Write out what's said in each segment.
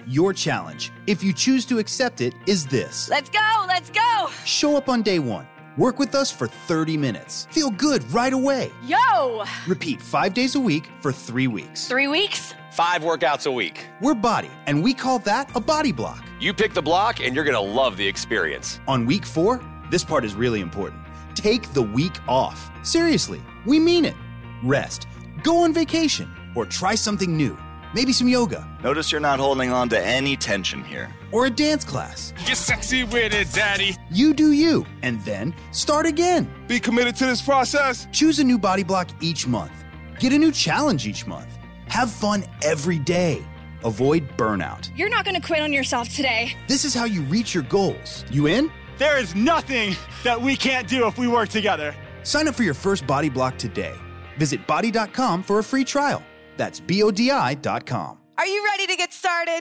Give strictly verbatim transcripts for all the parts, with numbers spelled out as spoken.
your challenge, if you choose to accept it, is this. Let's go, let's go! Show up on day one. Work with us for thirty minutes. Feel good right away. Yo! Repeat five days a week for three weeks. Three weeks? Five workouts a week. We're Body, and we call that a body block. You pick the block, and you're going to love the experience. On week four, this part is really important. Take the week off. Seriously, we mean it. Rest, go on vacation, or try something new. Maybe some yoga. Notice you're not holding on to any tension here. Or a dance class. Get sexy with it, daddy. You do you, and then start again. Be committed to this process. Choose a new body block each month. Get a new challenge each month. Have fun every day. Avoid burnout. You're not going to quit on yourself today. This is how you reach your goals. You in? There is nothing that we can't do if we work together. Sign up for your first body block today. Visit body dot com for a free trial. That's B O D I dot com. Are you ready to get started?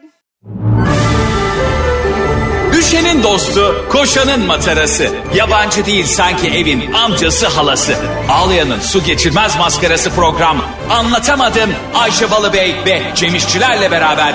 Düşenin dostu, koşanın matarası. Yabancı değil sanki evin amcası halası. Ağlayanın su geçirmez maskarası program. Anlatamadım Ayşe Balıbey ve Cem İşçilerle beraber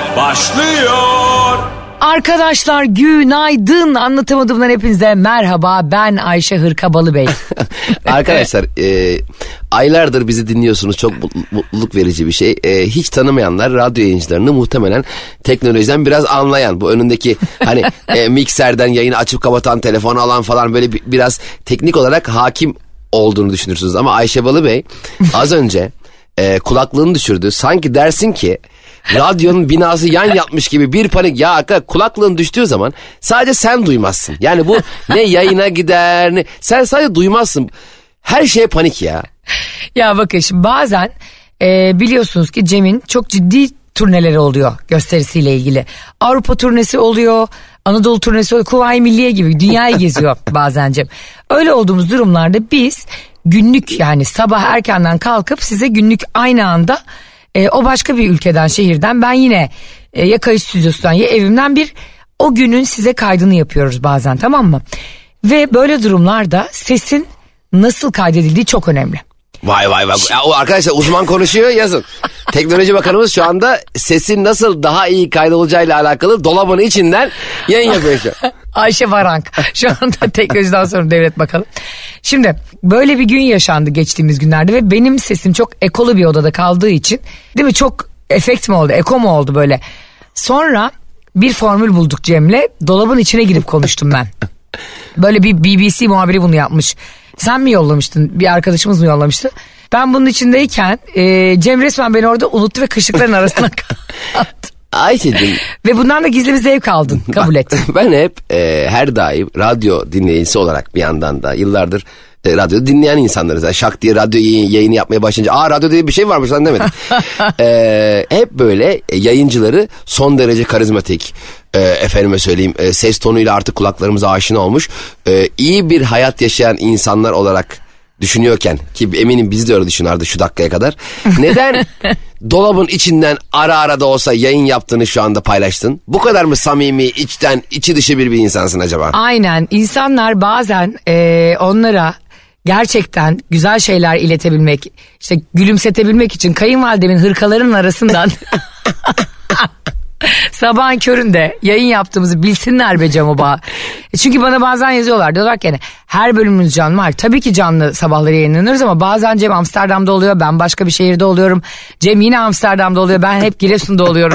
başlıyor. Arkadaşlar günaydın. Anlatamadığımdan hepinize merhaba. Ben Ayşe Hırka Balıbey. Arkadaşlar e, aylardır bizi dinliyorsunuz. Çok mutluluk verici bir şey. E, hiç tanımayanlar radyo yayıncılarını muhtemelen teknolojiden biraz anlayan. Bu önündeki hani e, mikserden yayını açıp kapatan, telefonu alan falan böyle bir, biraz teknik olarak hakim olduğunu düşünürsünüz. Ama Ayşe Balıbey az önce e, kulaklığını düşürdü. Sanki dersin ki radyonun binası yan yatmış gibi bir panik. Ya arkadaş, kulaklığın düştüğü zaman sadece sen duymazsın. Yani bu ne yayına gider ne, sen sadece duymazsın. Her şeye panik ya. Ya bakın şimdi bazen e, biliyorsunuz ki Cem'in çok ciddi turneleri oluyor gösterisiyle ilgili. Avrupa turnesi oluyor, Anadolu turnesi oluyor, Kuvayi Milliye gibi dünyayı geziyor bazen Cem. Öyle olduğumuz durumlarda biz günlük, yani sabah erkenden kalkıp size günlük aynı anda e, o başka bir ülkeden, şehirden, ben yine e, ya kayıt stüdyosundan ya evimden bir o günün size kaydını yapıyoruz bazen, tamam mı? Ve böyle durumlarda sesin nasıl kaydedildiği çok önemli. Vay vay vay. Ya, o arkadaşlar uzman konuşuyor, yazın. Teknoloji Bakanımız şu anda sesin nasıl daha iyi kaydolacağıyla alakalı dolabın içinden yayın yapıyor şu an. Ayşe Varank. Şu anda teknolojiden sonra devlet bakalım. Şimdi böyle bir gün yaşandı geçtiğimiz günlerde ve benim sesim çok ekolu bir odada kaldığı için, değil mi, çok efekt mi oldu, eko mu oldu böyle. Sonra bir formül bulduk Cem'le, dolabın içine girip konuştum ben. Böyle bir B B C muhabiri bunu yapmış. Sen mi yollamıştın? Bir arkadaşımız mı yollamıştı? Ben bunun içindeyken e, Cem resmen beni orada unuttu ve kışlıkların arasına kattı. Ayşe'cim. Ve bundan da gizli bir zevk aldın. Kabul et. Ben hep e, her daim radyo dinleyicisi olarak bir yandan da yıllardır e, radyo dinleyen insanlarız. Yani şak diye radyo yayını yapmaya başlayınca aa radyo diye bir şey varmış lan demedim. e, hep böyle yayıncıları son derece karizmatik, e, efendime söyleyeyim e, ses tonuyla artık kulaklarımıza aşina olmuş e, iyi bir hayat yaşayan insanlar olarak düşünüyorken, ki eminim bizi de öyle düşünüyordu şu dakikaya kadar. Neden dolabın içinden ara ara da olsa yayın yaptığını şu anda paylaştın? Bu kadar mı samimi, içten, içi dışı bir bir insansın acaba? Aynen. İnsanlar bazen e, onlara gerçekten güzel şeyler iletebilmek, işte gülümsetebilmek için kayınvalidemin hırkalarının arasından sabahın köründe yayın yaptığımızı bilsinler be Camuba. Çünkü bana bazen yazıyorlar, diyorlar ki yani, her bölümümüz canlı var. Tabii ki canlı sabahları yayınlanıyoruz ama bazen Cem Amsterdam'da oluyor, ben başka bir şehirde oluyorum. Cem yine Amsterdam'da oluyor, ben hep Giresun'da oluyorum.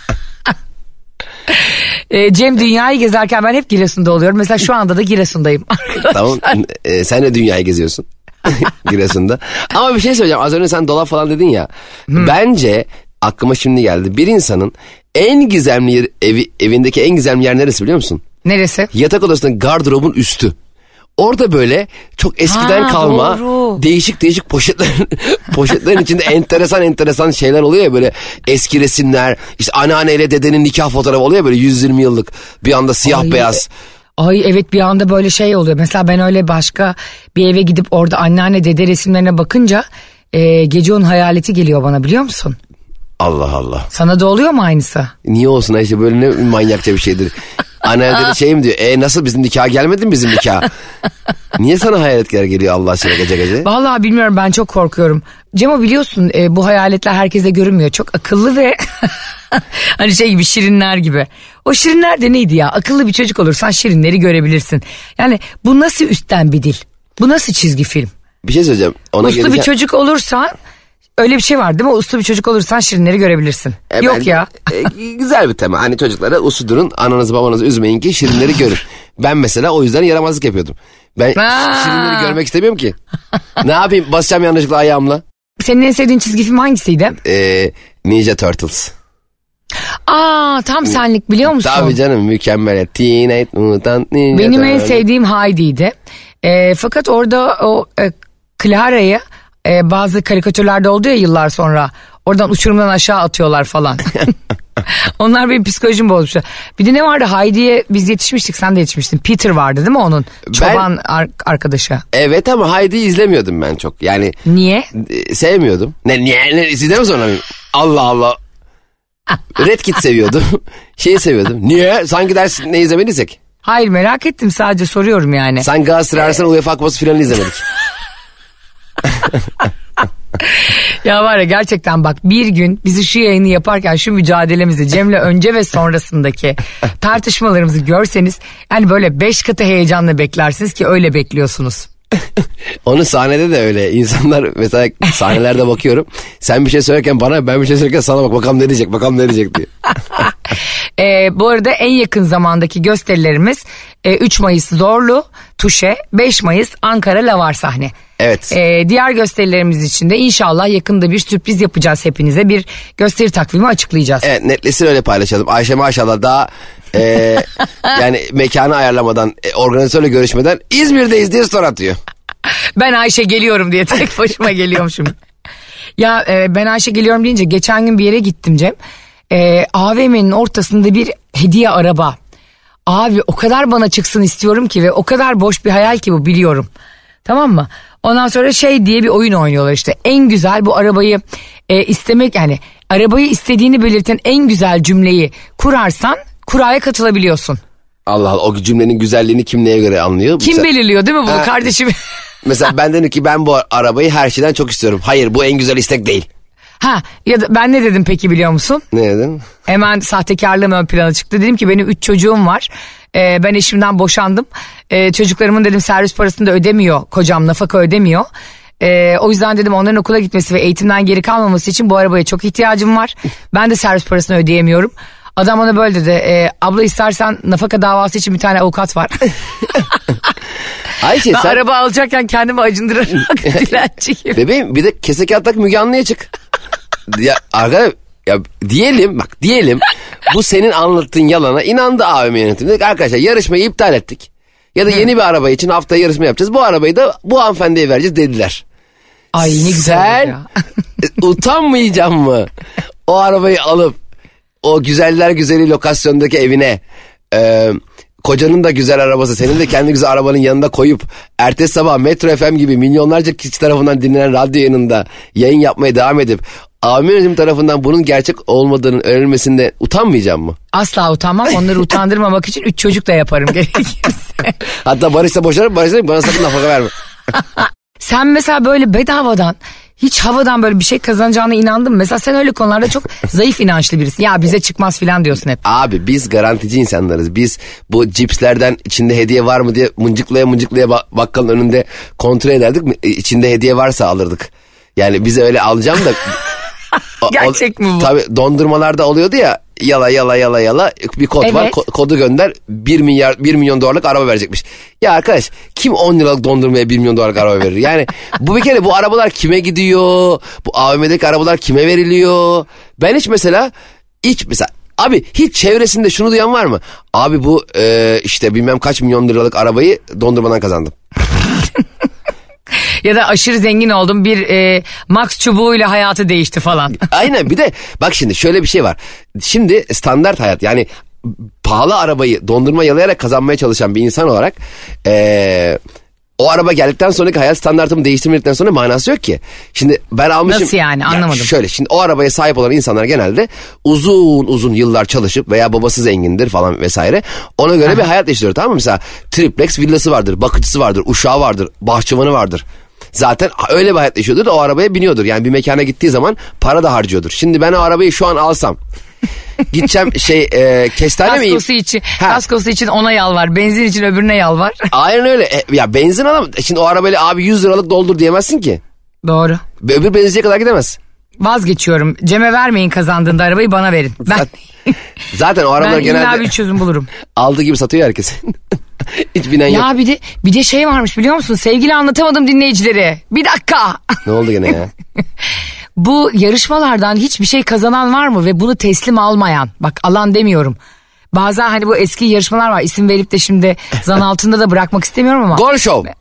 Cem dünyayı gezerken ben hep Giresun'da oluyorum. Mesela şu anda da Giresun'dayım. Tamam, e, sen de dünyayı geziyorsun. Giresun'da. Ama bir şey söyleyeceğim, az önce sen dolap falan dedin ya. Hmm. Bence aklıma şimdi geldi, bir insanın en gizemli yer, evi, evindeki en gizemli yer neresi biliyor musun? Neresi? Yatak odasının gardırobun üstü. Orada böyle çok eskiden ha, kalma doğru. değişik değişik poşetler poşetlerin içinde enteresan enteresan şeyler oluyor ya, böyle eski resimler, işte anneanneyle dedenin nikah fotoğrafı oluyor böyle yüz yirmi yıllık, bir anda siyah Ay. beyaz. Ay evet, bir anda böyle şey oluyor. Mesela ben öyle başka bir eve gidip orada anneanne dede resimlerine bakınca e, gece onun hayaleti geliyor bana, biliyor musun? Allah Allah. Sana da oluyor mu aynısı? Niye olsun Ayşe, böyle ne manyakça bir şeydir. Anneanne de şey mi diyor, e nasıl bizim nikaha gelmedin bizim nikaha? Niye sana hayaletler geliyor Allah aşkına gece gece? Vallahi bilmiyorum, ben çok korkuyorum. Cemo biliyorsun e, bu hayaletler herkese görünmüyor. Çok akıllı ve hani şey gibi, şirinler gibi. O şirinler de neydi ya? Akıllı bir çocuk olursan şirinleri görebilirsin. Yani bu nasıl üstten bir dil? Bu nasıl çizgi film? Bir şey söyleyeceğim. Ona Uslu gelirken... bir çocuk olursan öyle bir şey var değil mi? Uslu bir çocuk olursan şirinleri görebilirsin. E, Yok bence, ya. e, güzel bir tema. Hani çocuklara uslu durun, ananızı babanızı üzmeyin ki şirinleri görün. Ben mesela o yüzden yaramazlık yapıyordum. Ben Aa. şirinleri görmek istemiyorum ki. Ne yapayım, basacağım yanlışlıkla ayağımla. Senin en sevdiğin çizgi film hangisiydi? Ee, Ninja Turtles. Aa, tam senlik biliyor musun? Tabii canım, mükemmel. Teenage Mutant Ninja Benim en Turtles. sevdiğim Heidi'ydi. E, fakat orada o e, Clara'yı e, bazı karikatürlerde oldu ya yıllar sonra. Oradan uçurumdan aşağı atıyorlar falan. Onlar benim psikolojimi bozmuştu. Bir de ne vardı, Heidi'ye biz yetişmiştik, sen de yetişmiştin. Peter vardı değil mi onun? Çoban ben, ar- arkadaşı. Evet ama Heidi'yi izlemiyordum ben çok. Yani niye? E, sevmiyordum. Ne niye? Ne, sizde mi sonra? Allah Allah. Red Kit seviyordum. Şeyi seviyordum. Niye? Sanki ders ne izlemediysek? Hayır, merak ettim, sadece soruyorum yani. Sen Galatasaray Arsenal ee... UEFA Kupası finalini izlemedik. Ya var ya, gerçekten bak, bir gün bizi şu yayını yaparken şu mücadelemizi, Cem'le önce ve sonrasındaki tartışmalarımızı görseniz yani böyle beş katı heyecanla beklersiniz ki öyle bekliyorsunuz. Onu sahnede de öyle. İnsanlar mesela sahnelerde bakıyorum. Sen bir şey söylerken bana, ben bir şey söylerken sana bak, bakalım ne diyecek, bakalım ne diyecek diye. ee, bu arada en yakın zamandaki gösterilerimiz e, üç Mayıs Zorlu, Tuşe, beş Mayıs Ankara Lavar sahne. Evet. Ee, diğer gösterilerimiz için de inşallah yakında bir sürpriz yapacağız hepinize. Bir gösteri takvimi açıklayacağız. Evet, netlesin, öyle paylaşalım. Ayşe maşallah daha e, yani mekanı ayarlamadan, e, organizatörle görüşmeden İzmir'deyiz diye story atıyor. Ben Ayşe geliyorum diye tek başıma geliyormuşum. Ya e, ben Ayşe geliyorum deyince geçen gün bir yere gittim Cem. E, A V M'nin ortasında bir hediye araba. Abi o kadar bana çıksın istiyorum ki ve o kadar boş bir hayal ki bu, biliyorum. Tamam mı? Ondan sonra şey diye bir oyun oynuyorlar işte. En güzel bu arabayı e, istemek, yani arabayı istediğini belirten en güzel cümleyi kurarsan kuraya katılabiliyorsun. Allah Allah, o cümlenin güzelliğini kim neye göre anlıyor? Kim mesela, belirliyor değil mi bunu kardeşim? Mesela ben dedim ki ben bu arabayı her şeyden çok istiyorum. Hayır, bu en güzel istek değil. Ha, ya da ben ne dedim peki biliyor musun? Ne dedin? Hemen sahtekarlığım ön plana çıktı. Dedim ki benim üç çocuğum var. Ee, ben eşimden boşandım. Ee, çocuklarımın dedim servis parasını da ödemiyor. Kocam nafaka ödemiyor. Ee, o yüzden dedim onların okula gitmesi ve eğitimden geri kalmaması için bu arabaya çok ihtiyacım var. Ben de servis parasını ödeyemiyorum. Adam bana böyle dedi. E, abla istersen nafaka davası için bir tane avukat var. Ayşe, ben sen... araba alacakken kendimi acındırarak dilenci gibi. Bebeğim bir de kesek yatak Müge Anlı'ya çık. Ya arkadaş, ya diyelim bak diyelim bu senin anlattığın yalana inandı A V M yönetimi. Dedik arkadaşlar, yarışmayı iptal ettik. Ya da Hı. yeni bir araba için haftaya yarışma yapacağız. Bu arabayı da bu hanımefendiye vereceğiz dediler. Ay ne güzel sen ya. utanmayacak mı o arabayı alıp o güzeller güzeli lokasyondaki evine, e, kocanın da güzel arabası, senin de kendi güzel arabanın yanında koyup ertesi sabah Metro F M gibi milyonlarca kişi tarafından dinlenen radyo yayınında yayın yapmaya devam edip A V M yönetimi tarafından bunun gerçek olmadığının öğrenilmesinde utanmayacağım mı? Asla utanmam. Onları utandırmamak için üç çocuk da yaparım gerekirse. Hatta Barış'la boşanıp Barış'la bana sakın nafaka verme. Sen mesela böyle bedavadan, hiç havadan böyle bir şey kazanacağına inandın mı? Mesela sen öyle konularda çok zayıf inançlı birisin. Ya bize çıkmaz filan diyorsun hep. Abi biz garantici insanlarız. Biz bu cipslerden içinde hediye var mı diye mıncıklaya mıncıklaya bakkalın önünde kontrol ederdik. İçinde hediye varsa alırdık. Yani bize öyle alacağım da... Gerçek o, mi bu? Tabii dondurmalarda oluyordu ya, yala yala yala yala bir kod evet. var, Ko- kodu gönder, bir milyar bir milyon dolarlık araba verecekmiş. Ya arkadaş, kim on liralık dondurmaya bir milyon dolarlık araba verir? Yani bu bir kere, bu arabalar kime gidiyor? Bu A V M'deki arabalar kime veriliyor? Ben hiç mesela hiç mesela abi hiç çevresinde şunu duyan var mı? Abi bu e, işte bilmem kaç milyon liralık arabayı dondurmadan kazandım. Ya da aşırı zengin oldum, bir e, Max çubuğuyla hayatı değişti falan. Aynen, bir de bak şimdi şöyle bir şey var. Şimdi standart hayat, yani pahalı arabayı dondurma yalayarak kazanmaya çalışan bir insan olarak e, o araba geldikten sonraki hayat standartımı değiştirmedikten sonra manası yok ki. Şimdi ben almışım. Nasıl yani, anlamadım. Yani şöyle, şimdi o arabaya sahip olan insanlar genelde uzun uzun yıllar çalışıp veya babası zengindir falan vesaire. Ona göre Aha. bir hayat yaşıyor, tamam mı? Mesela triplex villası vardır, bakıcısı vardır, uşağı vardır, bahçıvanı vardır. zaten öyle bir hayat yaşıyordur da o arabaya biniyordur. Yani bir mekana gittiği zaman para da harcıyordur. Şimdi ben o arabayı şu an alsam gideceğim şey e, kestane miyim? Kaskosu için, ha. kaskosu için ona yalvar. Benzin için öbürüne yalvar. Aynen öyle. E, ya benzin alam. Şimdi o arabayla abi yüz liralık doldur diyemezsin ki. Doğru. Öbür benzinciye kadar gidemez. Vazgeçiyorum. Cem'e vermeyin kazandığında arabayı bana verin. Ben... Zaten, zaten o arabalar ben genelde... Ben bir çözüm bulurum. Aldığı gibi satıyor herkes. Hiç binen yok. Ya bir de, bir de şey varmış biliyor musun? Sevgili anlatamadım dinleyicilere. Bir dakika. Ne oldu gene ya? Bu yarışmalardan hiçbir şey kazanan var mı ve bunu teslim almayan? Bak alan demiyorum. Bazen hani bu eski yarışmalar var. İsim verip de şimdi zan altında da bırakmak istemiyorum ama. Gol Show.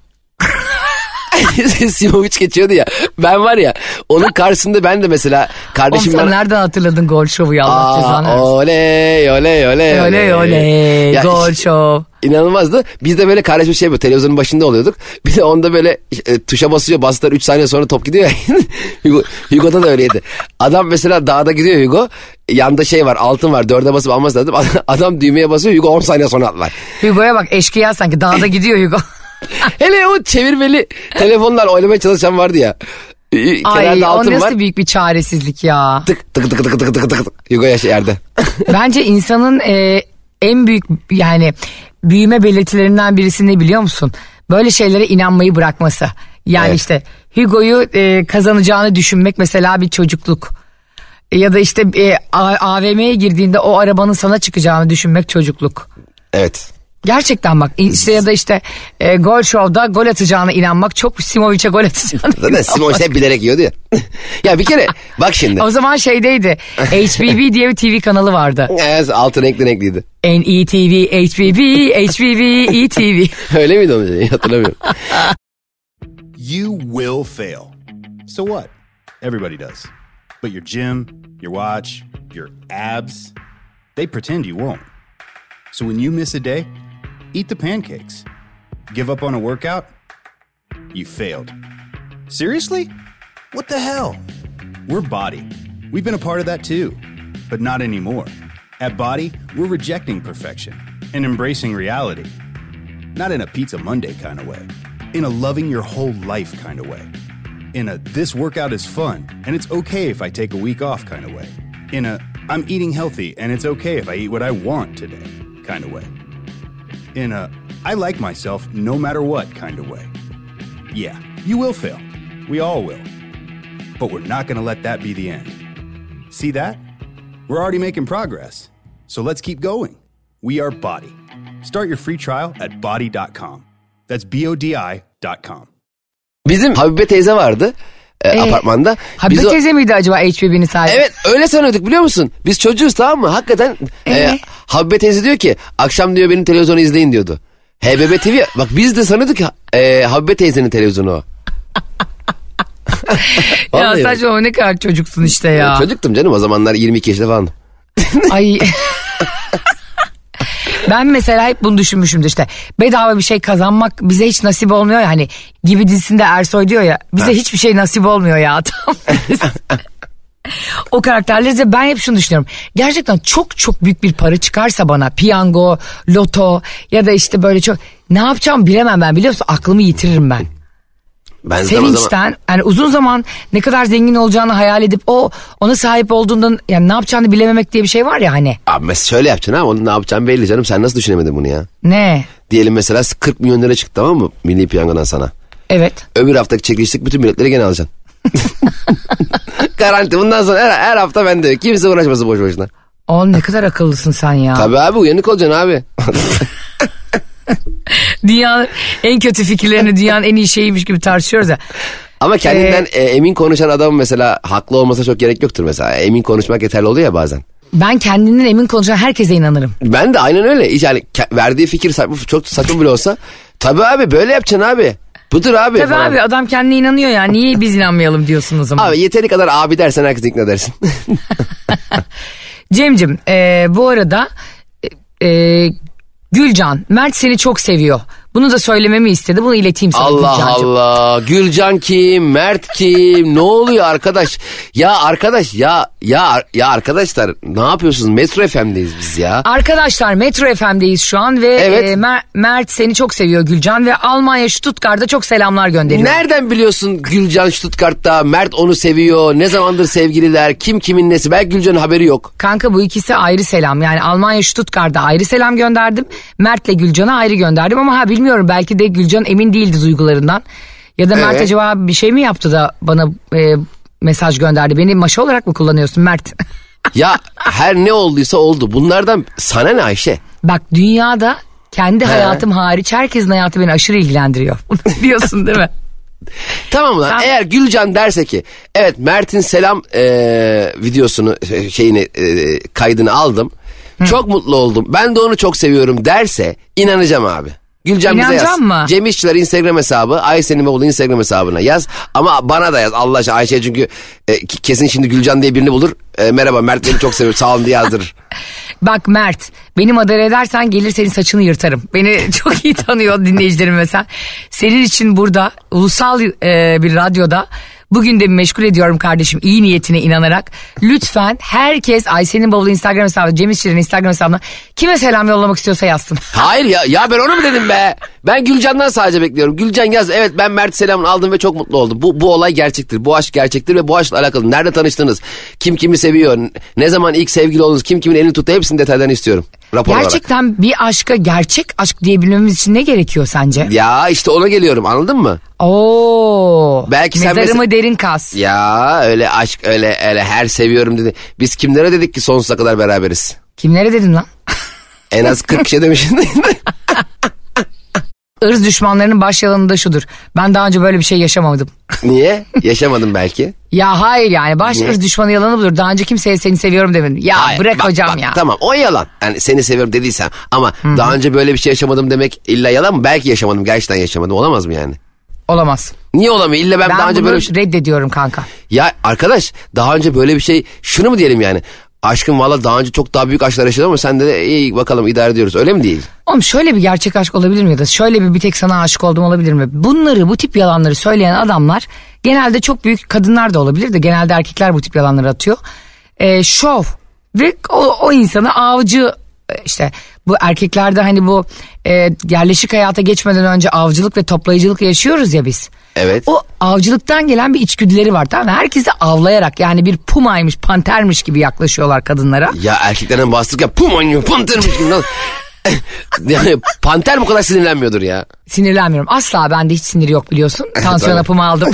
Simovic geçiyordu ya. Ben var ya onun karşısında ben de mesela kardeşim. Oğlum sen ben... nereden hatırladın Gol Show'u ya Allah cezanı. Oley oley oley. Oley oley Gol Show. İnanılmazdı. Biz de böyle kardeşim şey yapıyor. Televizyonun başında oluyorduk. Bir de onda böyle e, tuşa basıyor. Bastılar üç saniye sonra top gidiyor ya. Hugo, Hugo'da da öyleydi. Adam mesela dağda gidiyor Hugo. Yanda şey var altın var. Dörde basıp alması lazım. Adam düğmeye basıyor. Hugo on saniye sonra atlar. Hugo'ya bak eşkıya sanki dağda gidiyor Hugo. Hele o çevirmeli telefonlar oynamaya çalışan vardı ya. Ay o nasıl var. Büyük bir çaresizlik ya. Tık tık tık tık tık tık tık. Hugo yaş yerde. Bence insanın e, en büyük yani büyüme belirtilerinden birisi ne biliyor musun? Böyle şeylere inanmayı bırakması. Yani evet. işte Hugo'yu e, kazanacağını düşünmek mesela bir çocukluk. Ya da işte e, A V M'ye girdiğinde o arabanın sana çıkacağını düşünmek çocukluk. Evet. Gerçekten bak işte ya da işte e, Gol Show'da gol atacağına inanmak çok Simovic'e gol atacağına Zaten Simovic hep bilerek yiyordu ya. Ya bir kere bak şimdi. O zaman şeydeydi H B B diye bir T V kanalı vardı. Evet altı renkli renkliydi. N E T V, H B B, H B B, E T V. Öyle miydi o şey hatırlamıyorum. You will fail. So what? Everybody does. But your gym, your watch, your abs, they pretend you won't. So when you miss a day, eat the pancakes. Give up on a workout? You failed. Seriously? What the hell? We're Body. We've been a part of that too, but not anymore. At Body, we're rejecting perfection and embracing reality. Not in a Pizza Monday kind of way. In a loving your whole life kind of way. In a this workout is fun and it's okay if I take a week off kind of way. In a I'm eating healthy and it's okay if I eat what I want today kind of way. In a I like myself no matter what kind of way. Yeah, you will fail. We all will. But we're not going to let that be the end. See that? We're already making progress. So let's keep going. We are Body. Start your free trial at body dot com. That's B O D I dot com. Bizim Habibe teyze vardı. E, ee, apartmanda. Habibe teyze o... miydi acaba H B B'nin sahibi? Evet öyle sanıyorduk biliyor musun? Biz çocuğuz tamam mı? Hakikaten ee? e, Habibe teyze diyor ki akşam diyor benim televizyonu izleyin diyordu. H B B T V bak biz de sanıyorduk ki e, Habibe teyzenin televizyonu o. Ya saçma ne kadar çocuksun işte ya. Çocuktum canım o zamanlar yirmi iki yaşında falandım. Ay. Ben mesela hep bunu düşünmüşümdür işte. Bedava bir şey kazanmak bize hiç nasip olmuyor ya hani. Gibi dizisinde Ersoy diyor ya. Bize ha. hiçbir şey nasip olmuyor ya. O karakterleri ben hep şunu düşünüyorum. Gerçekten çok çok büyük bir para çıkarsa bana. Piyango, loto ya da işte böyle çok. Ne yapacağımı bilemem ben biliyor musun? Aklımı yitiririm ben. Ben sevinçten zaman... yani uzun zaman ne kadar zengin olacağını hayal edip o ona sahip olduğundan yani ne yapacağını bilememek diye bir şey var ya hani. Abi mesela şöyle yapacaksın ha onun ne yapacağını belli canım sen nasıl düşünemedin bunu ya? Ne? Diyelim mesela kırk milyon lira çıktı tamam mı Milli Piyango'dan sana. Evet. Öbür haftaki çekilişlik bütün biletleri gene alacaksın. Garanti bundan sonra her, her hafta bende kimse uğraşmasın boş boşuna. Oğlum ne kadar akıllısın sen ya. Tabii abi uyanık olacaksın abi. Dünyanın en kötü fikirlerini dünyanın en iyi şeyiymiş gibi tartışıyoruz ya. Ama kendinden ee, emin konuşan adam mesela haklı olmasa çok gerek yoktur mesela. Emin konuşmak yeterli oluyor ya bazen. Ben kendinden emin konuşan herkese inanırım. Ben de aynen öyle. Yani verdiği fikir çok saçma bile olsa. Tabii abi böyle yapacaksın abi. Budur abi. Tabii falan. Abi adam kendine inanıyor ya. Niye biz inanmayalım diyorsun o zaman. Abi yeteri kadar abi dersen herkes ikna edersin. Cem'cim e, bu arada... E, e, Gülcan, Mert seni çok seviyor. Bunu da söylememi istedi. Bunu ileteyim sana Allah Gülcancığım. Allah. Gülcan kim? Mert kim? Ne oluyor arkadaş? Ya arkadaş ya ya ya arkadaşlar ne yapıyorsunuz? Metro F M'deyiz biz ya. Arkadaşlar Metro F M'deyiz şu an ve Evet. e, Mer- Mert seni çok seviyor Gülcan ve Almanya Stuttgart'ta çok selamlar gönderiyor. Nereden biliyorsun Gülcan Stuttgart'ta? Mert onu seviyor. Ne zamandır sevgililer? Kim kimin nesi? Belki Gülcan'ın haberi yok. Kanka bu ikisi ayrı selam. Yani Almanya Stuttgart'ta ayrı selam gönderdim. Mert'le Gülcan'a ayrı gönderdim ama ha bilmiyorum belki de Gülcan emin değildi duygularından. Ya da Mert Evet. acaba bir şey mi yaptı da bana e, mesaj gönderdi. Beni maşa olarak mı kullanıyorsun Mert? Ya her ne olduysa oldu. Bunlardan sana ne Ayşe? Bak dünyada kendi He. hayatım hariç herkesin hayatı beni aşırı ilgilendiriyor. Biliyorsun değil mi? Tamam lan, Sen- eğer Gülcan derse ki evet Mert'in selam eee, videosunu e, şeyini e, kaydını aldım. Çok mutlu oldum. Ben de onu çok seviyorum derse inanacağım abi. Gülcan bize yaz. İnanacağım mı? Cem İşçiler Instagram hesabı, Ayşe'nin oğlu Instagram hesabına yaz. Ama bana da yaz Allah aşkına. Ayşe çünkü e, kesin şimdi Gülcan diye birini bulur. E, merhaba Mert beni çok seviyor sağ olun diye yazdırır. Bak Mert, beni madara edersen gelir senin saçını yırtarım. Beni çok iyi tanıyor dinleyicilerim mesela. Senin için burada ulusal e, bir radyoda bugün de meşgul ediyorum kardeşim iyi niyetine inanarak. Lütfen herkes Ayşe'nin bavulu Instagram hesabı, Cem İşçilerin Instagram hesabına kime selam yollamak istiyorsa yazsın. Hayır ya ya ben onu mu dedim be? Ben Gülcan'dan sadece bekliyorum. Gülcan yaz evet ben Mert selamını aldım ve çok mutlu oldum. Bu, bu olay gerçektir. Bu aşk gerçektir ve bu aşkla alakalı. Nerede tanıştınız? Kim kimi seviyor? Ne zaman ilk sevgili oldunuz? Kim kimin elini tuttu? Hepsinin detaylarını istiyorum. Rapor olarak. Gerçekten bir aşka gerçek aşk diyebilmemiz için ne gerekiyor sence? Ya işte ona geliyorum anladın mı? Oo. Belki sen Mezarımı mesela- derin kaz. Ya öyle aşk öyle öyle her seviyorum dedi. Biz kimlere dedik ki sonsuza kadar beraberiz? Kimlere dedim lan? En az kırk kişi demişsin. Irz düşmanlarının baş yalanı da şudur. Ben daha önce böyle bir şey yaşamadım. Niye? Yaşamadım belki. Ya hayır yani baş Niye? ırz düşmanı yalanı budur. Daha önce kimseye seni seviyorum demedim. Ya Hayır, bırak bak, hocam bak, ya. Tamam o yalan. Yani seni seviyorum dediysem ama daha önce böyle bir şey yaşamadım demek illa yalan mı? Belki yaşamadım gerçekten yaşamadım olamaz mı yani? Olamaz. Niye olamıyor? İlla ben, Ben daha önce bunu böyle bir şey... reddediyorum kanka. Ya arkadaş daha önce böyle bir şey şunu mu diyelim yani? Aşkım valla daha önce çok daha büyük aşklar yaşadım ama sen de iyi bakalım idare ediyoruz öyle mi değil? Oğlum şöyle bir gerçek aşk olabilir mi ya da şöyle bir bir tek sana aşık oldum olabilir mi? Bunları bu tip yalanları söyleyen adamlar genelde çok büyük kadınlar da olabilir de genelde erkekler bu tip yalanları atıyor. Ee, şov ve o, o insanı avcı işte bu erkeklerde hani bu e, yerleşik hayata geçmeden önce avcılık ve toplayıcılık yaşıyoruz ya biz. Evet. O avcılıktan gelen bir içgüdüleri var tamam mı? Herkesi avlayarak yani bir pumaymış pantermiş gibi yaklaşıyorlar kadınlara. Ya erkeklerden bahsettik ya pum oynuyor pantermiş gibi. lan. Yani panter bu kadar sinirlenmiyordur ya. Sinirlenmiyorum. Asla bende hiç sinir yok biliyorsun. Tansiyon Tabii. hapımı aldım.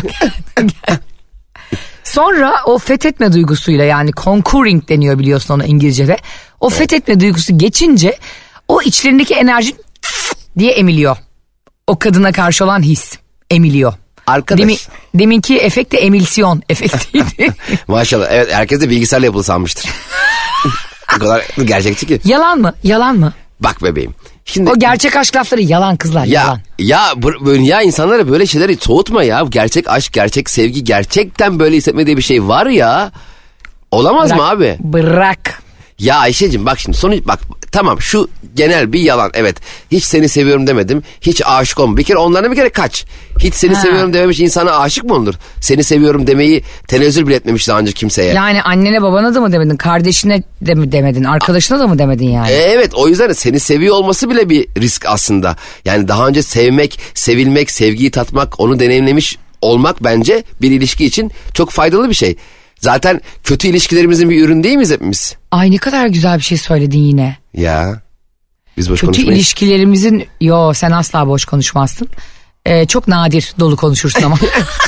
Sonra o fethetme duygusuyla yani conquering deniyor biliyorsun ona İngilizce'de. O fethetme duygusu geçince o içlerindeki enerji diye emiliyor. O kadına karşı olan his emiliyor. Arkadaş. Demin, deminki efekt de emilsiyon efektiydi. Maşallah evet herkes de bilgisayarla yapılı sanmıştır. O kadar gerçekçi ki. Yalan mı? Yalan mı? Bak bebeğim. Şimdi O gerçek aşk lafları yalan kızlar ya yalan. ya bu- böyle ya insanlara böyle şeyleri soğutma ya. Gerçek aşk, gerçek sevgi, gerçekten böyle hissetme diye bir şey var ya. Olamaz Bırak, mı abi? Bırak. Ya Ayşe'cim bak şimdi sonuç bak tamam şu genel bir yalan evet hiç seni seviyorum demedim hiç aşık olmadım bir kere onlardan bir kere kaç hiç seni Ha. seviyorum dememiş insana aşık mı olur seni seviyorum demeyi tenezzül bile etmemiş daha önce kimseye. Yani annene babana da mı demedin kardeşine de mi demedin arkadaşına da mı demedin yani? E, evet o yüzden seni seviyor olması bile bir risk aslında yani daha önce sevmek sevilmek sevgiyi tatmak onu deneyimlemiş olmak bence bir ilişki için çok faydalı bir şey. Zaten kötü ilişkilerimizin bir ürünü değil miyiz hepimiz? Ay ne kadar güzel bir şey söyledin yine. Ya biz boş Kötü konuşmayız. ilişkilerimizin yo sen asla boş konuşmazsın. Ee, çok nadir dolu konuşursun ama.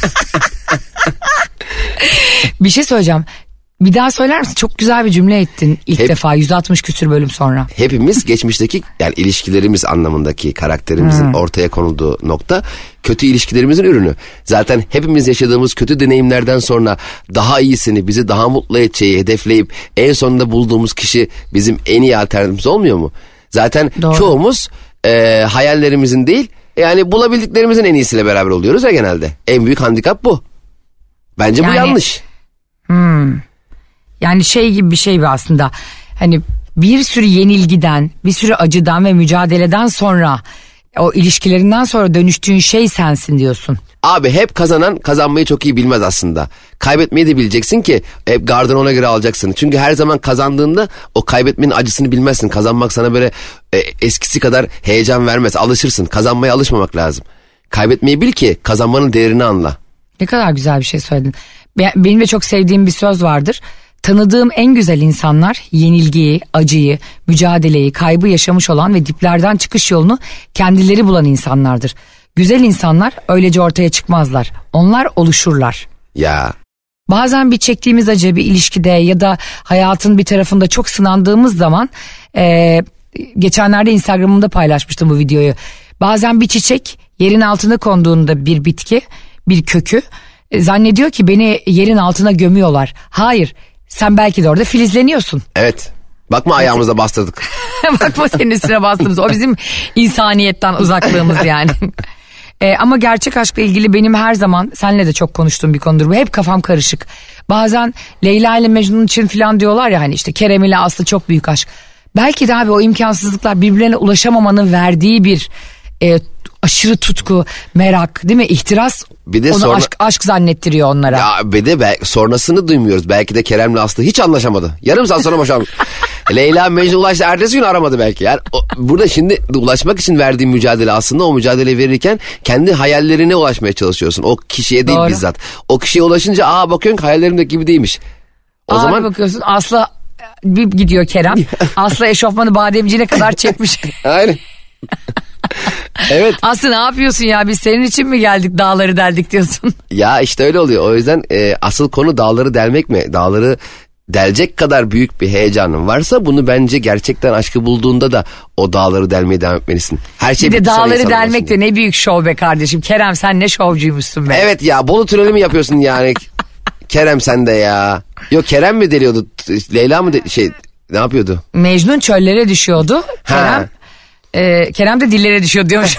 Bir şey söyleyeceğim. Bir daha söyler misin? Çok güzel bir cümle ettin ilk Hep- defa yüz altmış küsür bölüm sonra. Hepimiz geçmişteki yani ilişkilerimiz anlamındaki karakterimizin ortaya konulduğu nokta kötü ilişkilerimizin ürünü. Zaten hepimiz yaşadığımız kötü deneyimlerden sonra daha iyisini bizi daha mutlu edeceği hedefleyip en sonunda bulduğumuz kişi bizim en iyi alternatifimiz olmuyor mu? Zaten Doğru. çoğumuz e, hayallerimizin değil yani bulabildiklerimizin en iyisiyle beraber oluyoruz ya genelde. En büyük handikap bu. Bence Yani- bu yanlış. Yani şey gibi bir şey bu aslında. Hani bir sürü yenilgiden, bir sürü acıdan ve mücadeleden sonra o ilişkilerinden sonra dönüştüğün şey sensin diyorsun. Abi hep kazanan kazanmayı çok iyi bilmez aslında. Kaybetmeyi de bileceksin ki hep gardını ona göre alacaksın. Çünkü her zaman kazandığında o kaybetmenin acısını bilmezsin. Kazanmak sana böyle e, eskisi kadar heyecan vermez. Alışırsın. Kazanmaya alışmamak lazım. Kaybetmeyi bil ki kazanmanın değerini anla. Ne kadar güzel bir şey söyledin. Benim de çok sevdiğim bir söz vardır. Tanıdığım en güzel insanlar yenilgiyi, acıyı, mücadeleyi, kaybı yaşamış olan ve diplerden çıkış yolunu kendileri bulan insanlardır. Güzel insanlar öylece ortaya çıkmazlar. Onlar oluşurlar. Ya. Bazen bir çektiğimiz acı bir ilişkide ya da hayatın bir tarafında çok sınandığımız zaman... E, geçenlerde Instagram'ımda paylaşmıştım bu videoyu. Bazen bir çiçek yerin altına konduğunda bir bitki, bir kökü e, zannediyor ki beni yerin altına gömüyorlar. Hayır, sen belki de orada filizleniyorsun. Evet. Bakma evet. Ayağımıza bastırdık. Bakma senin üstüne bastığımız. O bizim insaniyetten uzaklığımız yani. e, ama gerçek aşkla ilgili benim her zaman seninle de çok konuştuğum bir konudur bu. Hep kafam karışık. Bazen Leyla ile Mecnun için falan diyorlar ya hani işte Kerem ile Aslı çok büyük aşk. Belki de abi o imkansızlıklar birbirlerine ulaşamamanın verdiği bir e, aşırı tutku, merak değil mi? İhtiras bir de onu sonra... aşk, aşk zannettiriyor onlara. Ya bir de be, sonrasını duymuyoruz. Belki de Kerem'le Aslı hiç anlaşamadı. Yarım saat sonra boşandı. Leyla Mecnun ulaştı. Ertesi gün aramadı belki. Yani o, burada şimdi ulaşmak için verdiğin mücadele aslında o mücadele verirken kendi hayallerine ulaşmaya çalışıyorsun. O kişiye değil Doğru. bizzat. O kişiye ulaşınca aa bakıyorsun ki hayallerimdeki gibi değilmiş. O Abi zaman bakıyorsun Aslı bir gidiyor Kerem. Aslı eşofmanı bademciğine kadar çekmiş. Aynen. Evet. Aslı ne yapıyorsun ya biz senin için mi geldik dağları deldik diyorsun. Ya işte öyle oluyor. O yüzden e, asıl konu dağları delmek mi? Dağları delecek kadar büyük bir heyecanın varsa bunu bence gerçekten aşkı bulduğunda da o dağları delmeye devam etmelisin. Her şey bir de dağları delmek de ne büyük şov be kardeşim. Kerem sen ne şovcuymuşsun be. Evet ya Bolu tüneli mi yapıyorsun yani? Kerem sen de ya. Yok Kerem mi deliyordu? Leyla mı de, şey ne yapıyordu? Mecnun çöllere düşüyordu. Kerem e, Kerem de dillere düşüyor diyormuş.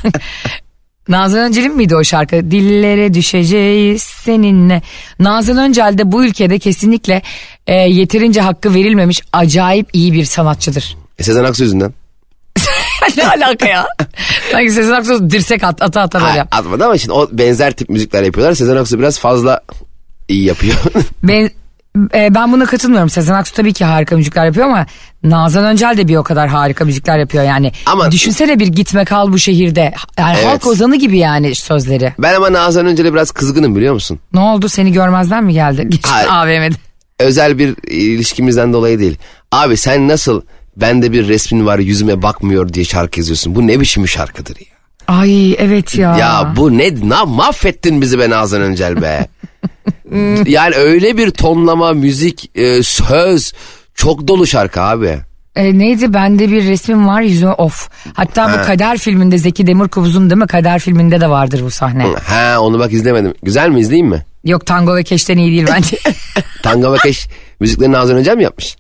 Nazan Öncel'in miydi o şarkı? Dillere düşeceğiz seninle. Nazan Öncel de bu ülkede kesinlikle e, yeterince hakkı verilmemiş acayip iyi bir sanatçıdır. E, Sezen Aksu yüzünden. Ne alaka ya? Sanki Sezen Aksu dirsek at, ata ata böyle. Atmadı ama şimdi o benzer tip müzikler yapıyorlar. Sezen Aksu biraz fazla iyi yapıyor. ben e, ben buna katılmıyorum. Sezen Aksu tabii ki harika müzikler yapıyor ama Nazan Öncel de bir o kadar harika müzikler yapıyor yani. Ama düşünsene bir gitme kal bu şehirde. Yani evet. Halk ozanı gibi yani sözleri. Ben ama Nazan Öncel'e biraz kızgınım biliyor musun? Ne oldu? Seni görmezden mi geldi? A V M'de. Özel bir ilişkimizden dolayı değil. Abi sen nasıl bende bir resmin var yüzüme bakmıyor diye şarkı yazıyorsun. Bu ne biçim bir şarkıdır ya? Ay evet ya. Ya bu ne? Na, mahvettin bizi be Nazan Öncel be. Yani öyle bir tonlama, müzik, e, söz çok dolu şarkı abi. E, neydi? Bende bir resmim var yüzüme of. Hatta ha. Bu Kader filminde Zeki Demirkubuz'un değil mi? Kader filminde de vardır bu sahne. Ha onu bak izlemedim. Güzel mi izleyeyim mi? Yok Tango ve Keş'ten iyi değil bence. Tango ve Keş müziklerini Nazan Öncel mi yapmış?